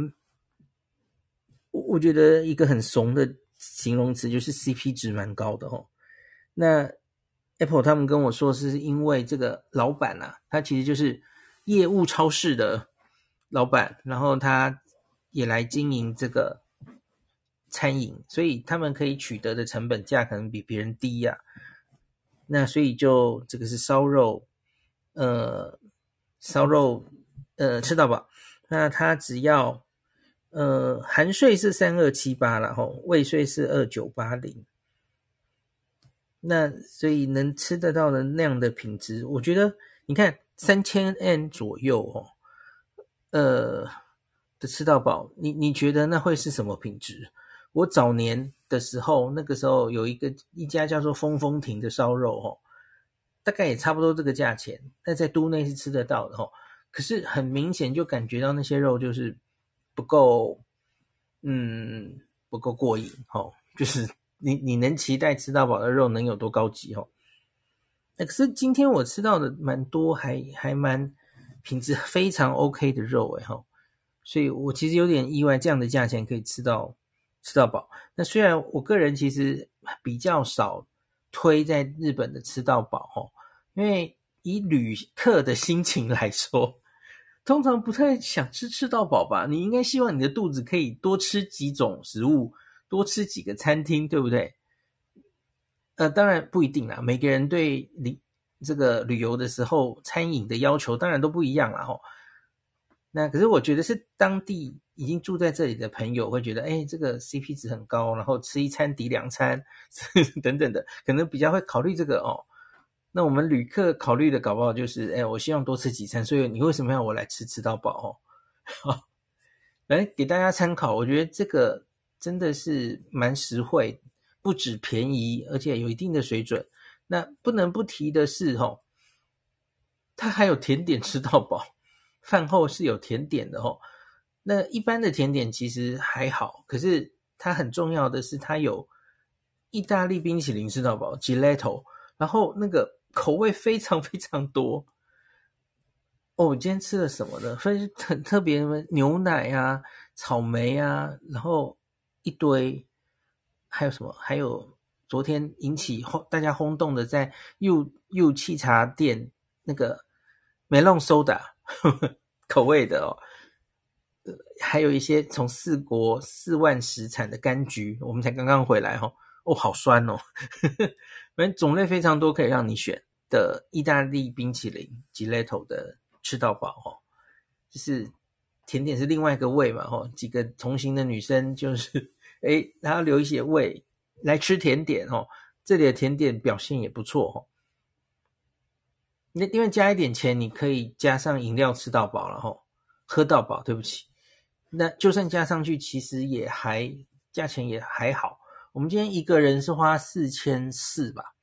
我觉得一个很怂的形容词就是 CP 值蛮高的那 Apple 他们跟我说是因为这个老板他其实就是业务超市的老板，然后他也来经营这个餐饮，所以他们可以取得的成本价可能比别人低那所以就这个是烧肉吃到饱，那他只要含税是3278啦未税是2980。那所以能吃得到的那样的品质，我觉得你看3000 左右的吃到饱，你觉得那会是什么品质？我早年的时候，那个时候有一家叫做峰峰亭的烧肉大概也差不多这个价钱，那在都内是吃得到的可是很明显就感觉到那些肉就是不够不够过瘾就是你能期待吃到饱的肉能有多高级可是今天我吃到的蛮多还蛮品质非常 OK 的肉所以我其实有点意外这样的价钱可以吃到饱。那虽然我个人其实比较少推在日本的吃到饱因为以旅客的心情来说，通常不太想吃到饱吧，你应该希望你的肚子可以多吃几种食物，多吃几个餐厅，对不对？当然不一定啦，每个人对这个旅游的时候餐饮的要求当然都不一样啦那可是我觉得是当地已经住在这里的朋友会觉得这个 CP 值很高，然后吃一餐抵2餐等等的，可能比较会考虑这个那我们旅客考虑的搞不好就是我希望多吃几餐，所以你为什么要我来吃到饱来给大家参考。我觉得这个真的是蛮实惠，不止便宜，而且有一定的水准。那不能不提的是它还有甜点吃到饱，饭后是有甜点的那一般的甜点其实还好，可是它很重要的是它有意大利冰淇淋吃到饱 Gelato， 然后那个口味非常非常多我今天吃了什么呢？很特别的牛奶草莓然后一堆，还有什么？还有昨天引起大家轰动的，在柚气茶店那个melon soda 口味的还有一些从4万石产的柑橘，我们才刚刚回来好酸反正种类非常多，可以让你选的意大利冰淇淋 Gelato 的吃到饱就是甜点是另外一个胃嘛几个同行的女生就是她要留一些胃来吃甜点这里的甜点表现也不错那因为加一点钱你可以加上饮料吃到饱了喝到饱，对不起。那就算加上去其实价钱也还好。我们今天一个人是花4400吧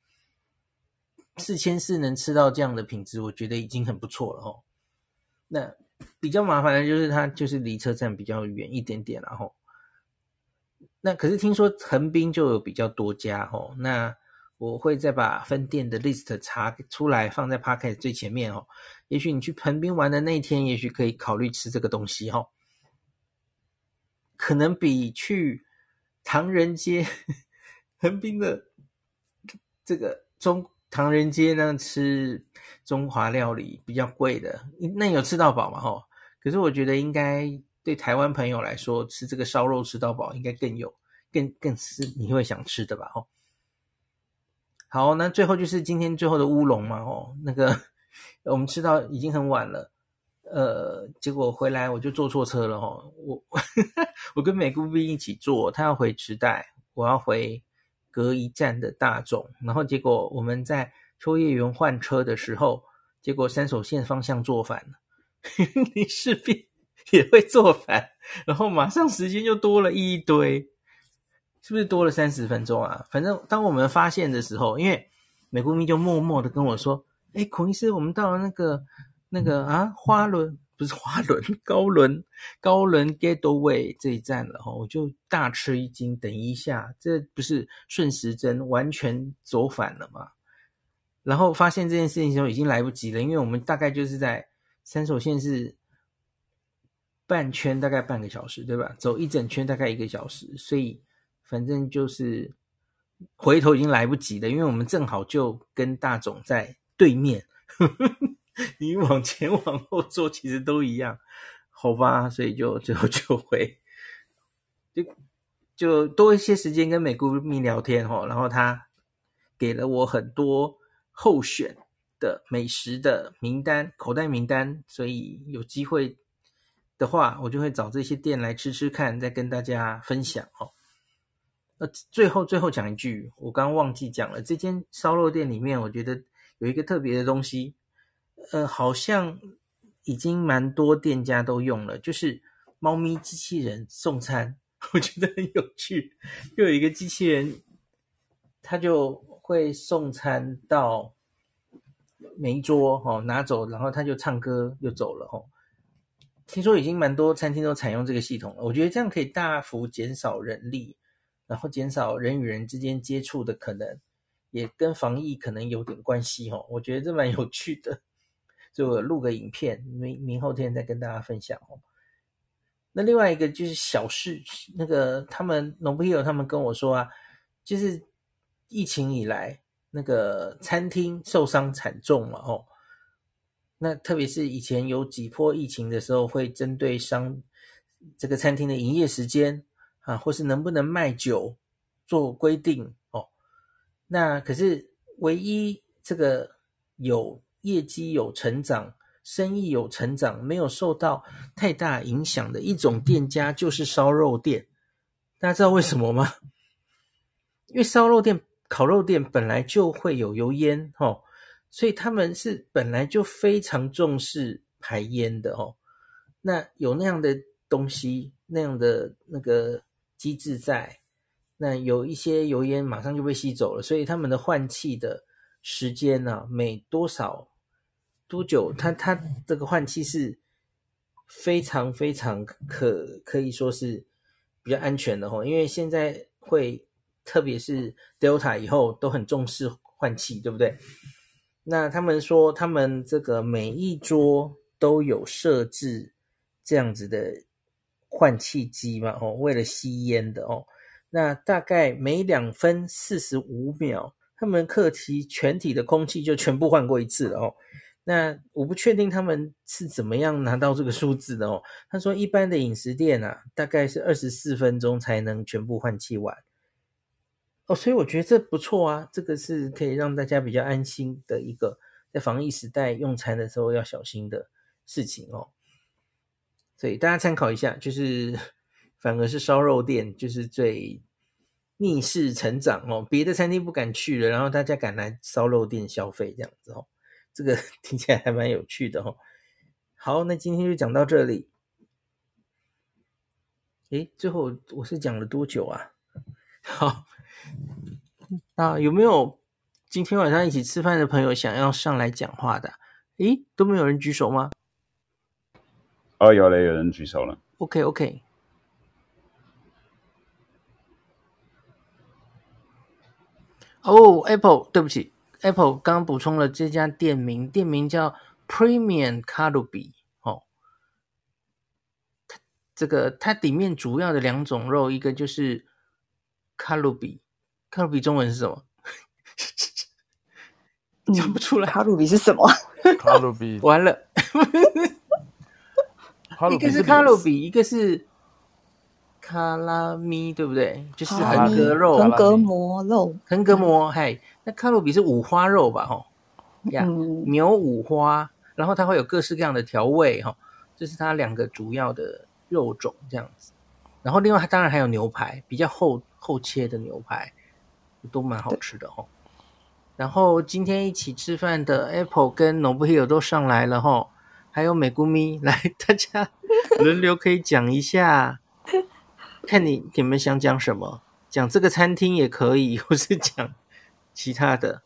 ，4400能吃到这样的品质，我觉得已经很不错了那比较麻烦的就是它就是离车站比较远一点点那可是听说横滨就有比较多家那我会再把分店的 list 查出来放在 podcast 最前面哦。也许你去横滨玩的那一天，也许可以考虑吃这个东西哦。可能比去唐人街横滨的这个唐人街呢吃中华料理比较贵的，那你有吃到饱嘛？吼，可是我觉得应该对台湾朋友来说，吃这个烧肉吃到饱应该更是你会想吃的吧？吼，好，那最后就是今天最后的乌龙嘛，吼，那个我们吃到已经很晚了，结果回来我就坐错车了，吼，我跟美姑冰一起坐，他要回池袋，我要回隔一站的大众，然后结果我们在秋叶原换车的时候，结果山手线方向坐反了，你势必也会坐反，然后马上时间就多了一堆，是不是多了30分钟啊？反正当我们发现的时候，因为美国咪就默默的跟我说：“哎，孔医师，我们到了那个啊，花轮不是花轮，高轮 Gateway 这一站了哈。”我就大吃一惊，等一下，这不是顺时针完全走反了吗？然后发现这件事情的时候已经来不及了，因为我们大概就是在山手线是半圈大概半个小时，对吧？走一整圈大概1个小时，所以反正就是回头已经来不及了，因为我们正好就跟大总在对面，你往前往后坐其实都一样，好吧？所以就最后就回，就多一些时间跟美姑蜜聊天哦，然后她给了我很多候选的美食的名单、口袋名单，所以有机会的话，我就会找这些店来吃吃看，再跟大家分享哦。最后讲一句，我刚刚忘记讲了，这间烧肉店里面，我觉得有一个特别的东西，好像已经蛮多店家都用了，就是猫咪机器人送餐，我觉得很有趣。就有一个机器人，它就会送餐到每一桌哦，拿走，然后它就唱歌就走了哦。听说已经蛮多餐厅都采用这个系统了，我觉得这样可以大幅减少人力，然后减少人与人之间接触的可能，也跟防疫可能有点关系哦。我觉得这蛮有趣的，所以我录个影片，明后天再跟大家分享哦。那另外一个就是小事，那个他们农夫 Hero 他们跟我说啊，就是疫情以来那个餐厅受伤惨重嘛哦，那特别是以前有几波疫情的时候，会针对这个餐厅的营业时间啊，或是能不能卖酒做规定哦。那可是唯一这个有业绩有成长、生意有成长、没有受到太大影响的一种店家，就是烧肉店。大家知道为什么吗？因为烧肉店、烤肉店本来就会有油烟哦，所以他们是本来就非常重视排烟的哦。那有那样的东西，那样的那个机制在，那有一些油烟马上就被吸走了，所以他们的换气的时间呢、每多久，它这个换气是非常非常可以说是比较安全的哦，因为现在会特别是 Delta 以后都很重视换气，对不对？那他们说他们这个每一桌都有设置这样子的换气机嘛，哦，为了吸烟的哦。那大概每2分45秒，他们客机全体的空气就全部换过一次了哦。那我不确定他们是怎么样拿到这个数字的哦。他说一般的饮食店啊，大概是24分钟才能全部换气完。哦，所以我觉得这不错啊，这个是可以让大家比较安心的一个在防疫时代用餐的时候要小心的事情哦。所以大家参考一下，就是反而是烧肉店就是最逆势成长哦，别的餐厅不敢去了，然后大家敢来烧肉店消费这样子哦，这个听起来还蛮有趣的哦。好，那今天就讲到这里。诶，最后我是讲了多久啊？好，那有没有今天晚上一起吃饭的朋友想要上来讲话的？诶，都没有人举手吗哦，有了，有人举手了。 ？OK OK， 哦，Apple，对不起，Apple 刚刚补充了这家店名，店名叫 Premium Kalubi。哦，这个它里面主要的两种肉，一个就是卡路比，卡路比中文是什么？讲不出来。 卡路比是什么？ 卡路比， 完了，一个是卡路比，一个是卡拉咪，对不对？就是横膈肉， 横膈膜肉， 横膈膜。嘿，那卡路比是五花肉吧？吼呀，牛五花，然后它会有各式各样的调味哈，这是它两个主要的肉种这样子。然后另外它当然还有牛排，比较厚切的牛排，都蛮好吃的吼。然后今天一起吃饭的 Apple 跟 Nobuhiro 都上来了吼，还有美姑咪来，大家轮流可以讲一下，看你们想讲什么，讲这个餐厅也可以，或是讲其他的。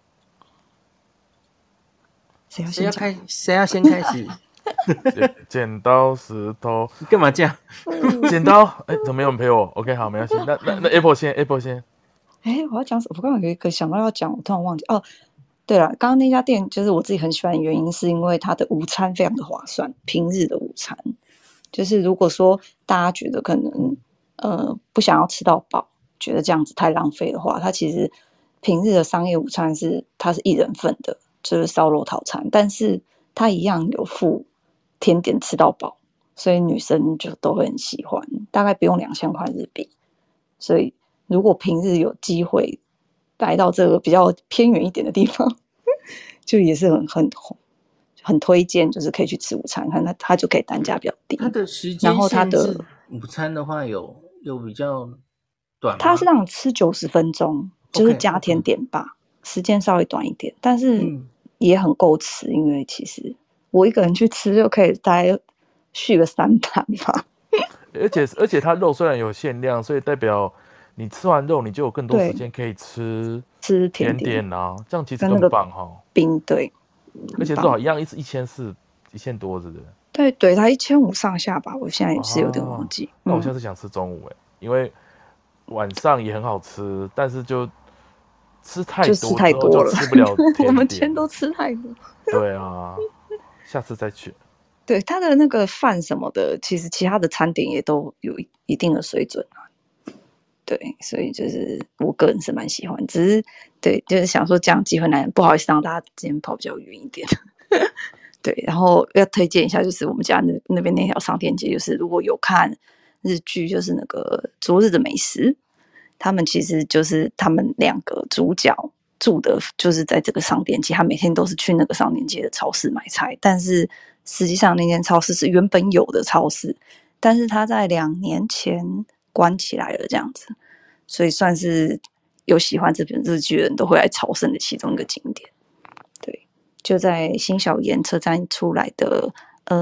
谁要先开始？ 剪刀石头， 你干嘛这样？ 剪刀，怎么没有人陪我 ？OK， 好，没关系。那 Apple 先。 我要讲什么？我刚刚有一个想到要讲，我突然忘记哦。对了，刚刚那家店就是我自己很喜欢的原因，是因为它的午餐非常的划算。平日的午餐，就是如果说大家觉得可能不想要吃到饱，觉得这样子太浪费的话，它其实平日的商业午餐它是1人份的，就是烧肉套餐，但是它一样有附甜点吃到饱，所以女生就都会很喜欢，大概不用2000块日币。所以如果平日有机会来到这个比较偏远一点的地方，就也是很推荐，就是可以去吃午餐，看它就可以单价比较低。 它的时间限制，午餐的话有比较短吗？ 它是让你吃90分钟，就是加甜点吧，时间稍微短一点，但是也很够吃，因为其实我一个人去吃就可以大概续个3盘吧。 而且它肉虽然有限量，所以代表你吃完肉，你就有更多时间可以吃甜点啊，这样其实更棒哈。 冰对， 而且多少一样1400、1000多，是不是？ 对，它1500上下吧，我现在也是有点忘记。 那我下次想吃中午因为晚上也很好吃，但是就吃太多了，就吃不了甜点。 我们今天都吃太多。 对啊，下次再去。 对，它的那个饭什么的，其实其他的餐点也都有一定的水准啊。对，所以就是我个人是蛮喜欢，只是对，就是想说这样机会难，不好意思让大家今天跑比较远一点。对，然后要推荐一下，就是我们家那边那条商店街，就是如果有看日剧，就是那个《昨日的美食》，他们其实就是他们2个主角住的，就是在这个商店街，他每天都是去那个商店街的超市买菜，但是实际上那间超市是原本有的超市，但是他在2年前关起来了，这样子，所以算是有喜欢这本日剧的人都会来朝圣的其中一个景点。对，就在新小岩车站出来的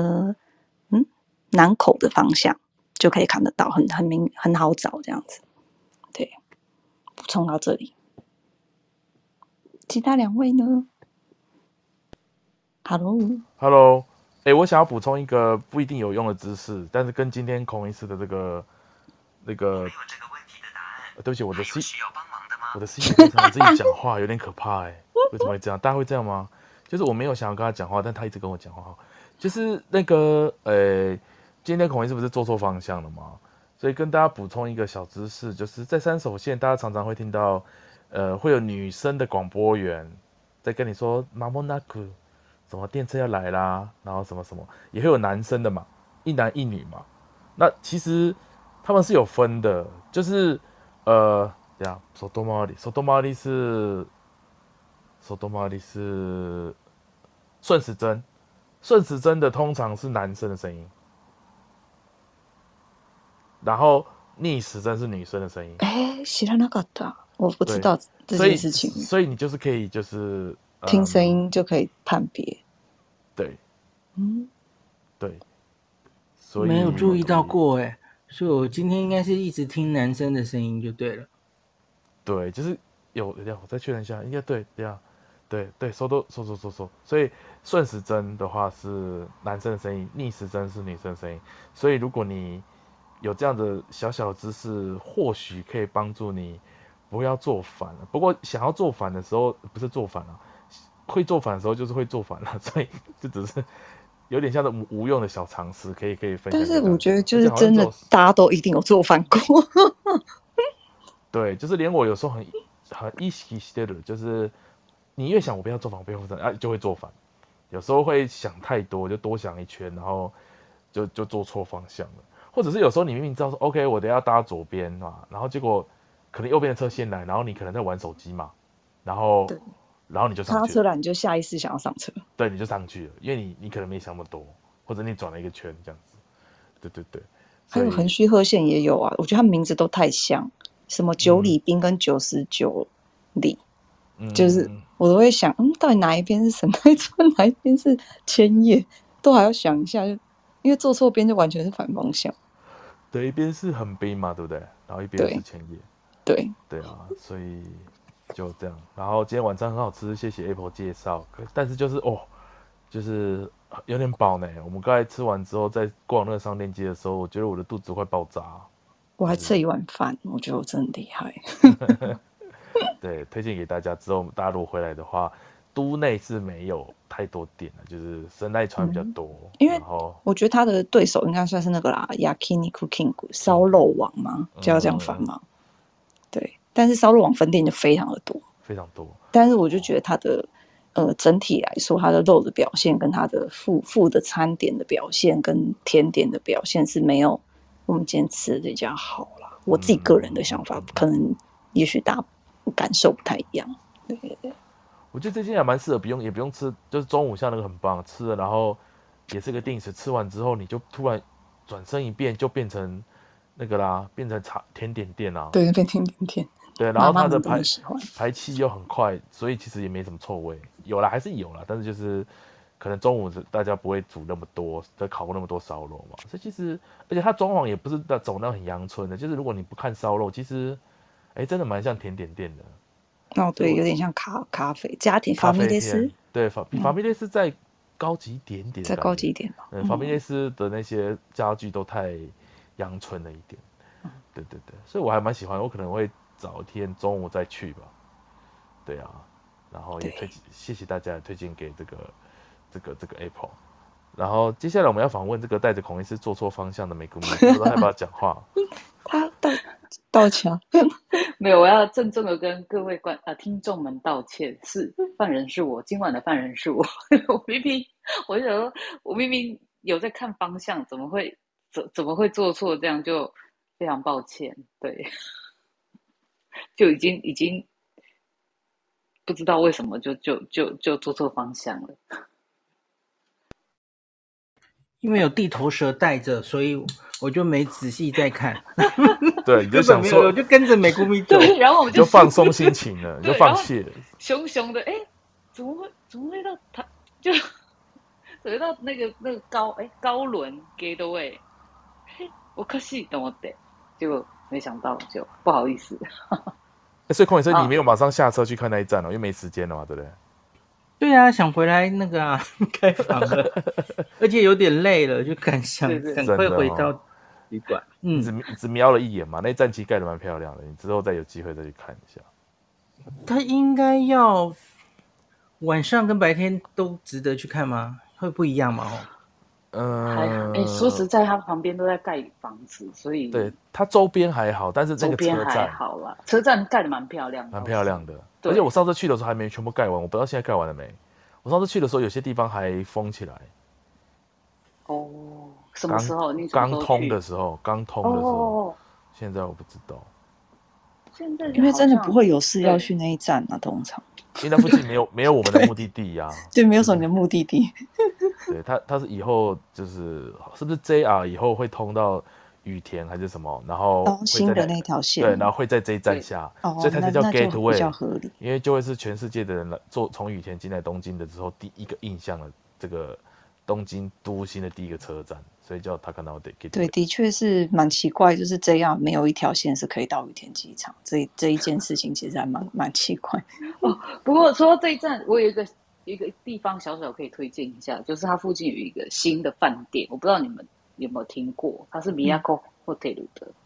南口的方向就可以看得到，很好找这样子。对，补充到这里。其他2位呢 ？Hello， 我想要补充一个不一定有用的知识，但是跟今天孔医师的那个，没有这个问题的答案。对不起，我的 C 需要帮忙的吗？我的 C 自己讲话有点可怕为什么会这样？大家会这样吗？就是我没有想要跟他讲话，但他一直跟我讲话。就是那个今天孔医师不是坐错方向了吗？所以跟大家补充一个小知识，就是在山手线，大家常常会听到会有女生的广播员在跟你说马莫纳库。什么电车要来啦，然后什么什么，也会有男生的嘛，一男一女嘛。那其实他们是有分的，就是手多回り是顺时针，顺时针的通常是男生的声音，然后逆时针是女生的声音。 知らなかった，我不知道这件事情。 所以你就是可以就是听声音就可以判别。 对，对，所以没有注意到过所以我今天应该是一直听男生的声音就对了。 对，就是我再确认一下，应该对，对，收，所以顺时针的话是男生的声音，逆时针是女生的声音。所以如果你有这样的小小的知识，或许可以帮助你不要做反了。不过想要做反的时候，不是做反啊，会做反的时候就是会做反了，所以就只是有点像是无用的小常识，可以分享但给大家。 是我觉得就而且是真的好像只有大家都一定有做饭过。 对，就是连我有时候很意識してる，就是你越想我不要做反，我不要做反，啊，就会做反。有时候会想太多，就多想一圈，然后就做错方向了。或者是有时候你明明知道说 OK， 我等一下搭左边嘛，然后结果可能右边的车先来，然后你可能在玩手机嘛，然后对， 你就上去了， 刹车了，你就下意识想要上车。 对，你就上去了，因为你可能没想那么多，或者你转了一个圈这样子，对对对， 还有所以横须贺线也有啊，我觉得他们名字都太像，什么9里滨跟99里，就是我都会想，到底哪一边是神奈川，哪一边是千叶，都还要想一下，就因为坐错边就完全是反方向。 对，一边是横滨嘛，对不对？然后一边是对千叶， 对， 对啊，所以就这样。然后今天晚餐很好吃，谢谢 Apple 介绍。但是就是有点饱呢。我们刚才吃完之后，在逛那个商店街的时候，我觉得我的肚子快爆炸。 我还吃了一碗饭，我觉得我真的厉害。 对，推荐给大家。之后大家如果回来的话，都内是没有太多店的，就是神奈川比较多。 因为然后我觉得他的对手应该算是那个啦，Yakiniku King 烧肉王吗？就要这样翻吗？对，但是烧肉王分店就非常的多， 非常多。 但是我就觉得它的整体来说，它的肉的表现跟它的副的餐点的表现跟甜点的表现是没有我们今天吃的这家好啦。我自己个人的想法，可能也许大家感受不太一样。对对对， 我觉得这间也蛮适合，也不用吃，就是中午像那个很棒，吃了然后也是个定时，吃完之后你就突然转身一变就变成那个啦，变成甜点店啦。 对，那边甜点店， 对，然后它的妈妈们都很喜欢， 排气又很快，所以其实也没什么臭味。有啦，还是有啦，但是就是可能中午大家不会煮那么多，再烤那么多烧肉嘛。所以其实，而且它装潢也不是走那很阳春的，就是如果你不看烧肉，其实真的蛮像甜点店的。 哦，对，有点像咖啡家庭咖法米啡店， 雷斯， 对，比法米列斯再高级一点点的再感觉。 高级一点吧。 法米列斯的那些家具都太阳春了一点。对对对，所以我还蛮喜欢，我可能会找一天中午再去吧。对啊，然后也谢谢大家推荐给这个 Apple。然后接下来我们要访问这个带着孔医师做错方向的美国民，不知道要不要讲话？ 他道歉， 没有，我要郑重的跟各位听众们道歉，犯人是我，今晚的犯人是我。我就想说，我明明有在看方向，怎么会做错？这样就非常抱歉，对，就已经不知道为什么就做错方向了。 因为有地头蛇带着，所以我就没仔细再看。 对，你就想说， 我就跟着美国米走， 对，然后我们就放松心情了，就放弃了。 熊熊的，怎么会到他就怎么到那个高轮 gateway？ 我可惜等我等，结果没想到，就不好意思。 所以孔医生，你没有马上下车去看那一站因为没时间了嘛，对不对？ 对啊，想回来那个开房了，而且有点累了，就赶快回到旅馆。 只瞄了一眼嘛，那站其实盖得蛮漂亮的，你之后再有机会再去看一下。 它应该要晚上跟白天都值得去看吗？会不一样吗？ 说实在，它旁边都在盖房子，所以对它周边还好，但是那个车站还好啦，车站盖得蛮漂亮的。而且我上次去的时候还没全部盖完，我不知道现在盖完了没。我上次去的时候，有些地方还封起来。 哦，什么时候？你刚通的时候，现在我不知道。 现在因为真的不会有事要去那一站啊，通常。 因为那附近没有我们的目的地呀。 对，没有什么你的目的地。 对，它是以后是不是 JR 以后会通到羽田还是什么？然后新的那条线， 对，然后会在这一站下，所以它才叫 Gateway， 比较合理。 因为就会是全世界的人从羽田进来东京的之后第一个印象的这个东京都心的第一个车站，所以叫 Takanao Gateway。 对，的确是蛮奇怪，就是这样没有一条线是可以到羽田机场，这一件事情其实还蛮奇怪。 不过说到这一站，我有一个地方小可以推荐一下，就是它附近有一个新的饭店，我不知道你们有没有听过，它是 Miyako Hotel 的。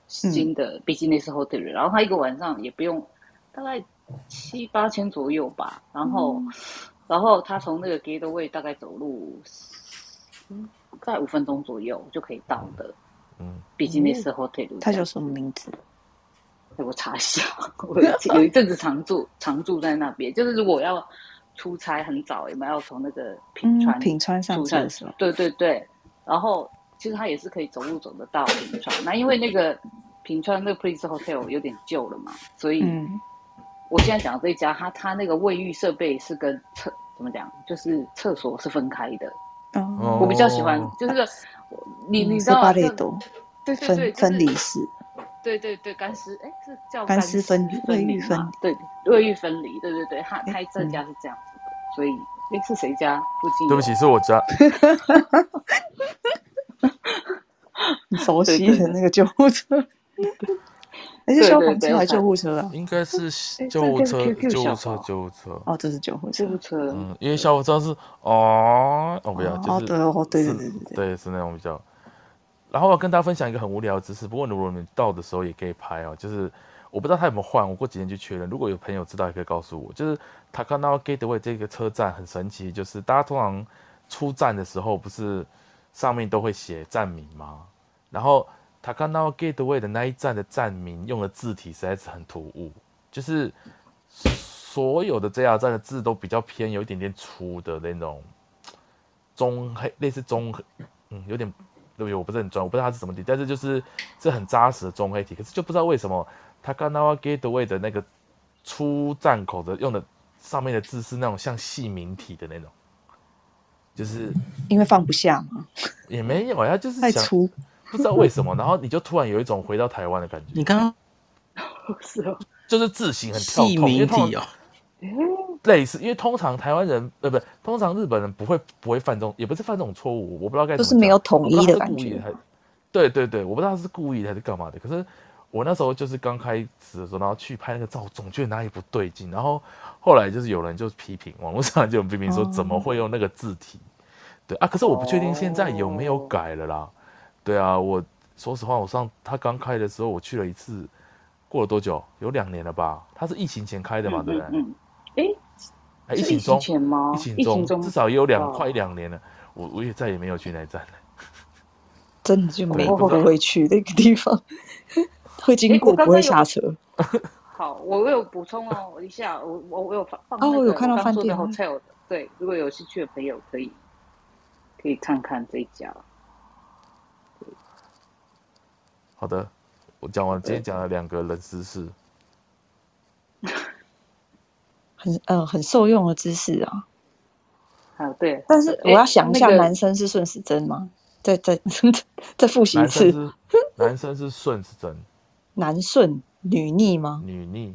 新的 business hotel，然后它一个晚上也不用大概7、8千左右吧，然后它从那个 gateway 大概走路在5分钟左右就可以到的business hotel。 它叫什么名字？ 我查一下，我有一阵子常住在那边，就是如果要出差很早，有没有要从那个品川上车的时候？ 对对对，然后其实它也是可以走路走得到品川。那因为那个品川那个 Prince Hotel 有点旧了嘛，所以我现在讲的这一家，它那个卫浴设备是跟怎么讲，就是厕所是分开的。我比较喜欢，就是你知道吗？对对对， 分离式。 对对对，干湿是叫干湿分离，卫浴分离， 对，卫浴分离，对对对，他这家是这样子的，所以是谁家附近？ 对不起，是我家。 你熟悉的那个救护车，是消防车还是救护车啊？ 应该是救护车。 哦，这是救护车。 因为消防车是不要，就是对， 是那种比较。然后我要跟大家分享一个很无聊的知识，不过如果你们到的时候也可以拍哦。就是我不知道他有没有换，我过几天去确认。如果有朋友知道，也可以告诉我。就是 Takanawa Gateway 这个车站很神奇，就是大家通常出站的时候，不是上面都会写站名吗？然后 Takanawa Gateway 的那一站的站名用的字体实在是很突兀，就是所有的 JR 站的字都比较偏有一点点粗的那种中黑，类似中黑，有点。对不对？我不是很专，我不知道它是什么体，但是就是很扎实的中黑体。可是就不知道为什么Takanawa Gateway 的那个出站口的用的上面的字是那种像细明体的那种，就是因为放不下嘛。 也没有，它就是太粗， 不知道为什么。然后你就突然有一种回到台湾的感觉。 你刚刚是哦， 就是字形很跳动， 细明体哦。 类似，因为通常台湾人不，通常日本人不会犯这种，也不是犯这种错误，我不知道该怎么讲， 就是没有统一的感觉。 对对对，我不知道他是故意的还是干嘛的。可是我那时候就是刚开始的时候，然后去拍那个照，总觉得哪里不对劲。然后后来就是有人就批评，网络上就有批评说怎么会用那个字体？对啊，可是我不确定现在有没有改了啦。对啊，我说实话，他刚开的时候我去了一次，过了多久？有2年了吧？他是疫情前开的嘛，对不对？疫情中前吗？ 疫情中至少也有快2年了，我也再也没有去那一站了。 真的就没回去那个地方，会经过不会下车。 好，我有补充哦，一下我有放那个我有看到饭店 hotel 的，对，如果有兴趣的朋友可以看看这一家。 好的，我讲完今天讲了2个冷知识。 很受用的知识啊。 对。 但是我要想一下，男生是顺时针吗？再复习一次。 男生是顺时针。 男顺女逆吗？ 女逆。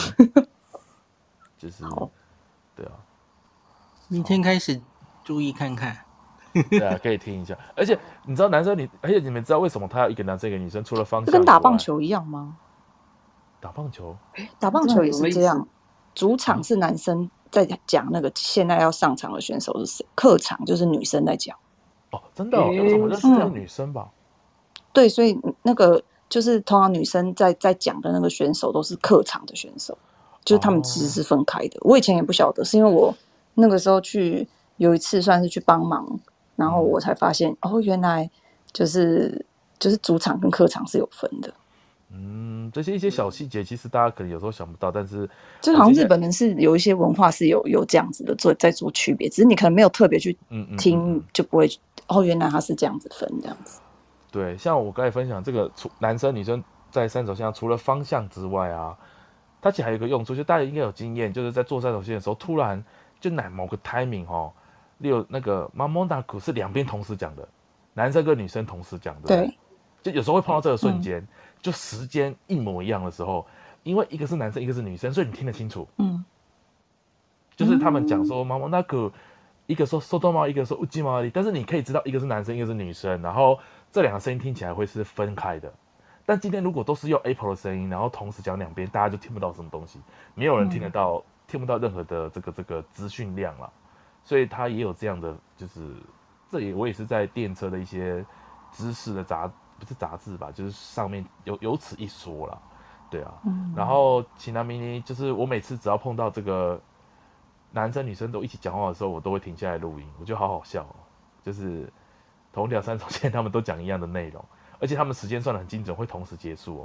就是对啊。 明天开始注意看看。 对啊，可以听一下。而且你知道而且你们知道为什么他要一个男生一个女生？除了方向， 跟打棒球一样吗？ 打棒球也是这样。主场是男生在讲那个现在要上场的选手是谁，客场就是女生在讲。 真的我认识这样女生吧？ 对，所以那个就是通常女生在讲的那个选手都是客场的选手，就是他们其实是分开的。我以前也不晓得，是因为我那个时候有一次算是去帮忙，然后我才发现原来就是主场跟客场是有分的。 这些一些小细节，其实大家可能有时候想不到，但是就好像日本人是有一些文化是有这样子的在做区别，只是你可能没有特别去听，就不会原来他是这样子分这样子。 对，像我刚才分享这个男生女生在三手线上，除了方向之外啊，它其实还有一个用处，就大家应该有经验，就是在做三手线的时候，突然就某个 timing 例如那个 Mamonaku 是2边同时讲的，男生跟女生同时讲的， 对， 就有时候会碰到这个瞬间。就时间一模一样的时候，因为一个是男生一个是女生，所以你听得清楚。就是他们讲说Mamonaku，一个说 Sotomaru， 一个说 Ujimari， 但是你可以知道一个是男生一个是女生，然后这2个声音听起来会是分开的。但今天如果都是用 April 的声音，然后同时讲2边，大家就听不到什么东西，没有人听不到任何的这个资讯量了。所以他也有这样的，就是我也是在电车的一些知识的不是杂志吧，就是上面有此一说啦，对啊。 嗯然后奇南迷你就是我每次只要碰到这个男生女生都一起讲话的时候，我都会停下来录音，我觉得好好笑哦。就是同条三手线，他们都讲一样的内容，而且他们时间算得很精准，会同时结束哦。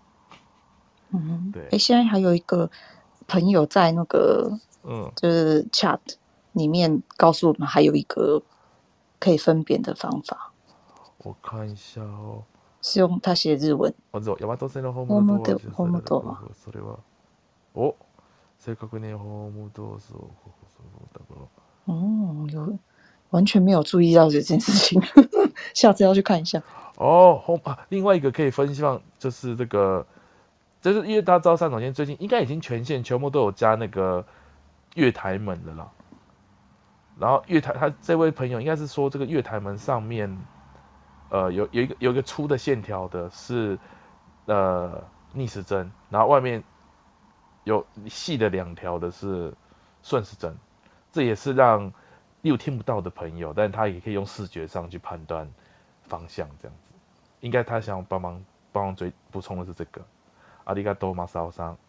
对， 现在还有一个朋友在那个就是 chat 里面告诉我们，还有一个可以分辨的方法。 我看一下哦。 是用他写日文。 まずは大和線のホームドアをホームドア。 それは正確にホームドアをだから完全没有注意到这件事情，下次要去看一下。 另外一个可以分享就是这个，就是因为大家知道三总监最近应该已经全线全部都有加那个月台门了啦。然后月台他这位朋友应该是说这个月台门上面，有一个粗的线条的是逆时针，然后外面有细的2条的是顺时针，这也是让有听不到的朋友，但他也可以用视觉上去判断方向，这样子。应该他想帮忙补充的是这个。ありがとうマサオさん。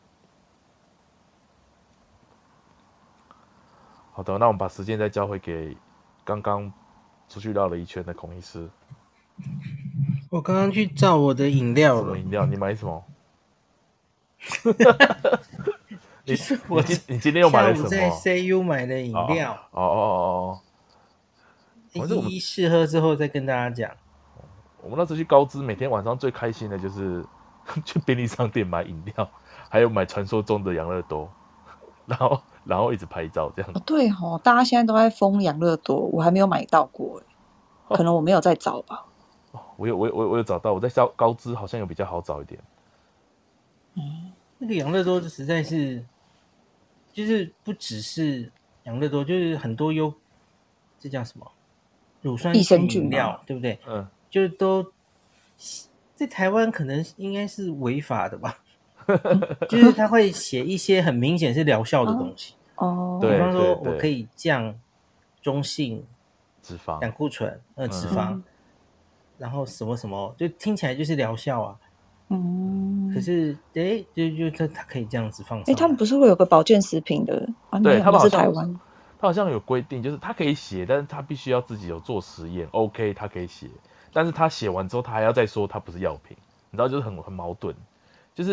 好的，那我们把时间再交回给刚刚出去绕了一圈的孔医师。 我刚刚去找我的饮料了。 什么饮料？你买什么？你今天又买了什么？ 下午在 CU 买的饮料。一一试喝之后再跟大家讲。 我们那时候去高知，每天晚上最开心的就是去便利商店买饮料，还有买传说中的养乐多，然后一直拍照这样。 对哦，大家现在都在疯养乐多，我还没有买到过，可能我没有在找吧。 我有找到，我在高知好像有比较好找一点。 那个养乐多实在是，就是不只是养乐多，就是很多这叫什么乳酸菌饮料，对不对？就都在台湾可能应该是违法的吧。就是他会写一些很明显是疗效的东西。比方说我可以降中性脂肪、 胆固醇、脂肪，然后什么什么，就听起来就是疗效啊。可是就他可以这样子放上。 他们不是会有个保健食品的啊？ 对，他们是台湾， 他好像有规定，就是他可以写，但是他必须要自己有做实验。OK， 他可以写，但是他写完之后，他还要再说他不是药品，你知道，就是很矛盾，就是，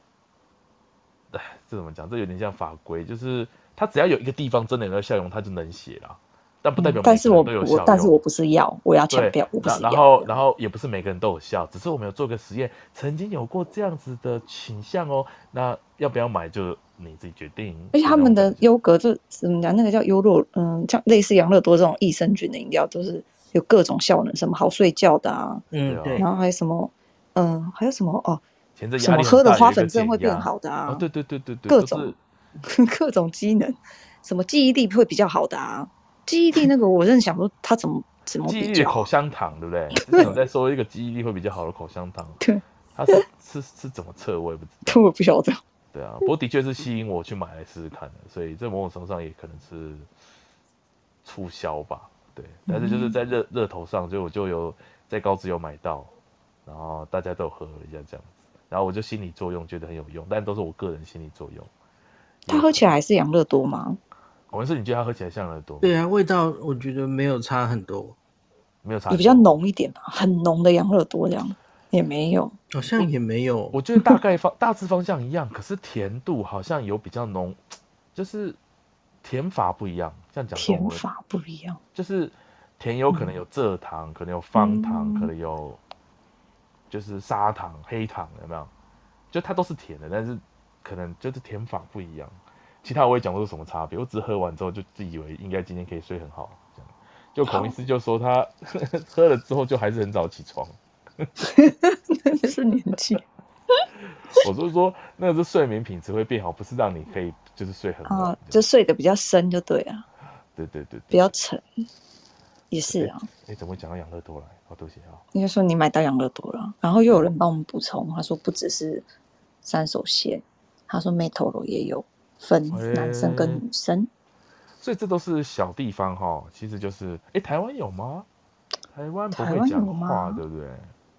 这怎么讲？这有点像法规，就是他只要有一个地方真的有效用，他就能写啦。但不代表每个人都有效用。 但是我不是药，我要强调我不是药。然后也不是每个人都有效，只是我们有做个实验，曾经有过这样子的倾向哦。那要不要买就你自己决定。 而且他们的优格就怎么讲，那个叫优酪，像类似养乐多这种益生菌的饮料，都是有各种效能，什么好睡觉的啊， 对， 然后还有什么，还有什么什么喝了花粉症会变好的啊， 对， 各种机能，什么记忆力会比较好的啊。记忆力那个，我真的想说他怎么记忆力的口香糖，对不对？之前有在说一个记忆力会比较好的口香糖， 对， 它是怎么测，我也不知道， 我不晓得。 对啊，不过的确是吸引我去买来试试看的，所以这某种程度上也可能是促销吧，对。但是就是在热头上，所以我就有在高知有买到，然后大家都有喝了一下这样子，然后我就心理作用觉得很有用，但都是我个人心理作用。 它喝起来还是养乐多吗？ 我们是你觉得它喝起来像养乐多？ 对啊，味道我觉得没有差很多， 没有差， 也比较浓一点吧，很浓的养乐多这样也没有， 好像也没有。 我觉得大致方向一样，可是甜度好像有比较浓，就是甜法不一样。这样讲， 甜法不一样， 就是甜有可能有蔗糖，可能有方糖，可能有就是砂糖、黑糖，有没有？就它都是甜的，但是可能就是甜法不一样。其他我也讲过是什么差别，我只是喝完之后就自以为应该今天可以睡很好，这样。就孔医师就说他喝了之后就还是很早起床， 那就是年纪。 我就是说那个是睡眠品质会变好，不是让你可以就是睡很晚， 就睡得比较深就对了。 对， 比较沉，也是啊。 怎么会讲到养乐多来？对不起啊。 应该说你买到养乐多了，然后又有人帮我们补充，他说不只是三手线，他说 Metoro 也有分男生跟女生， 所以这都是小地方哈。其实就是台湾有吗？台湾不会讲话，对不对？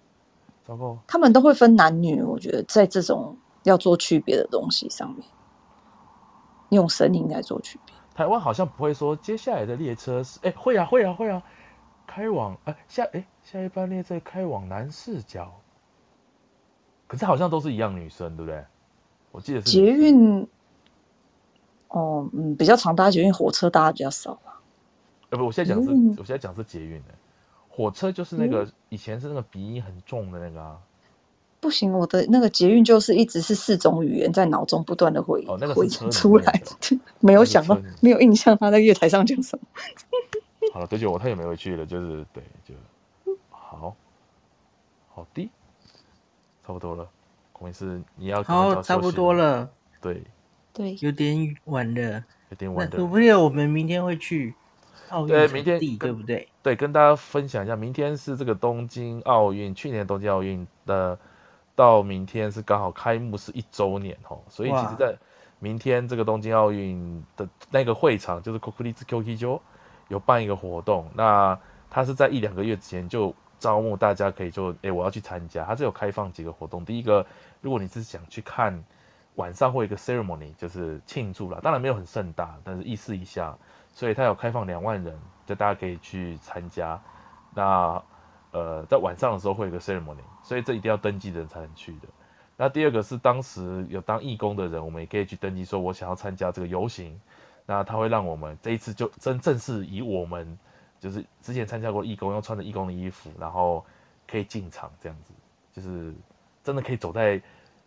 糟糕， 他们都会分男女，我觉得在这种要做区别的东西上面，用声音来做区别。 台湾好像不会说接下来的列车是，会啊，开往下一班列车开往南势角，可是好像都是一样女生，对不对？我记得是捷女生运，比较常搭捷运，火车搭的比较少吧。 不，我现在讲是捷运的，火车就是那个以前是那个鼻音很重的那个啊。 不行，我的那个捷运就是一直是4种语言在脑中不断的回那个是车里面的出来，没有想到，没有印象他在月台上讲什么。 好了，对不起，我太久没回去了，就是对，就好的，差不多了。孔医师，你要好，差不多了。 对， 有点晚了。 有点晚了。 那不是我们明天会去奥运场地，对不对？ 对，跟大家分享一下，明天是这个东京奥运，去年东京奥运的。到明天是刚好开幕是1周年所以其实在明天这个东京奥运的那个会场就是 Kokuritsu Kyoto 有办一个活动，那他是在1-2个月之前就招募大家可以就我要去参加，他是有开放几个活动。第一个，如果你是想去看晚上会有一个 ceremony 就是庆祝啦，当然没有很盛大，但是意思一下，所以他有开放2万人，就大家可以去参加。那在晚上的时候会有一个 ceremony， 所以这一定要登记的人才能去的。那第二个是当时有当义工的人，我们也可以去登记说我想要参加这个游行，那他会让我们这一次就正式以我们就是之前参加过义工要穿着义工的衣服，然后可以进场，这样子就是真的可以走在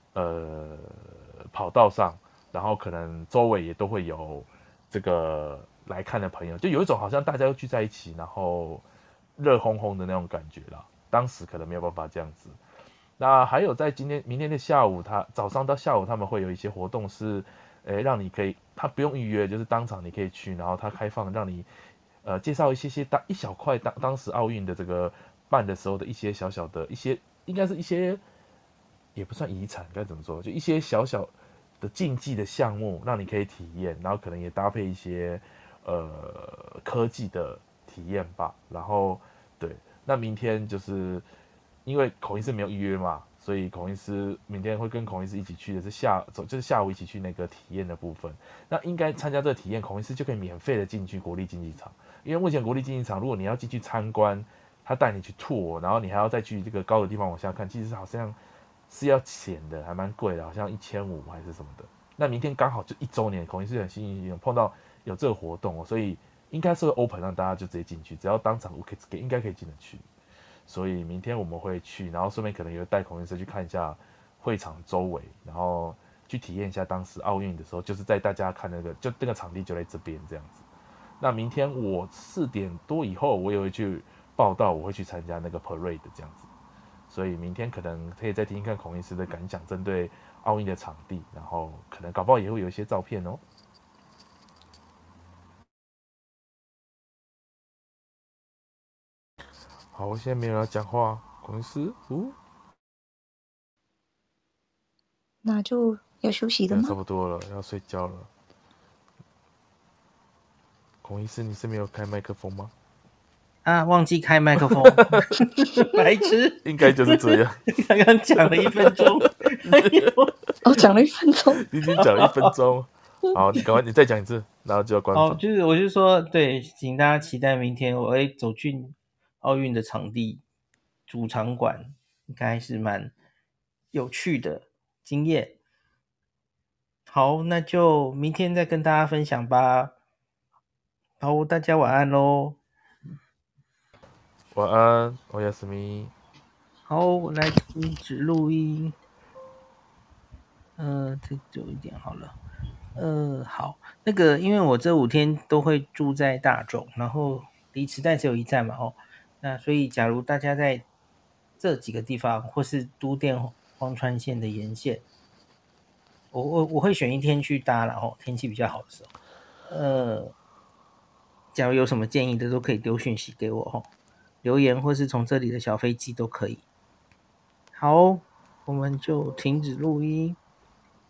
跑道上，然后可能周围也都会有这个来看的朋友，就有一种好像大家都聚在一起，然后热烘烘的那种感觉啦。当时可能没有办法这样子。那还有在明天的下午，早上到下午他们会有一些活动是，让你可以，他不用预约，就是当场你可以去，然后他开放让你，介绍一小块当时奥运的这个办的时候的一些小小的一些，应该是一些也不算遗产，该怎么说，就一些小小的竞技的项目让你可以体验，然后可能也搭配一些科技的体验吧。然后对，那明天就是因为孔医师没有预约嘛，所以孔医师明天会跟孔医师一起去的是下午一起去那个体验的部分。那应该参加这个体验，孔医师就可以免费的进去国立竞技场，因为目前国立竞技场如果你要进去参观，他带你去 tour， 然后你还要再去这个高的地方往下看，其实好像是要钱的，还蛮贵的，好像1500还是什么的。那明天刚好就1周年，孔医师很幸运碰到有这个活动所以应该是会 open 让大家就直接进去，只要当场应该可以进得去。所以明天我们会去，然后顺便可能也会带孔医师去看一下会场周围，然后去体验一下当时奥运的时候，就是在大家看就那个场地就在这边这样子。那明天我4点多以后，我也会去报道，我会去参加那个 parade 这样子。所以明天可能可以再听听看孔医师的感想，针对奥运的场地，然后可能搞不好也会有一些照片哦。好，现在没有人要讲话，孔医师， 那就要休息了吗？ 差不多了，要睡觉了。孔医师，你是没有开麦克风吗？ 忘记开麦克风，白痴， 应该就是这样。 刚刚讲了1分钟， 讲了1分钟， 已经讲了1分钟。好，你赶快，你再讲一次，然后就要关房。 我就说，对，请大家期待明天我会走去奥运的场地主场馆，应该是蛮有趣的经验。好，那就明天再跟大家分享吧。好，大家晚安咯。 晚安，おやすみ。 好，我来停止录音。再久一点好了。好，那个，因为我这5天都会住在大众，然后离池袋只有1站嘛，那所以假如大家在这几个地方，或是都电荒川线的沿线，我会选一天去搭，然后天气比较好的时候，假如有什么建议的，都可以丢讯息给我留言或是从这里的小飞机都可以。好，我们就停止录音。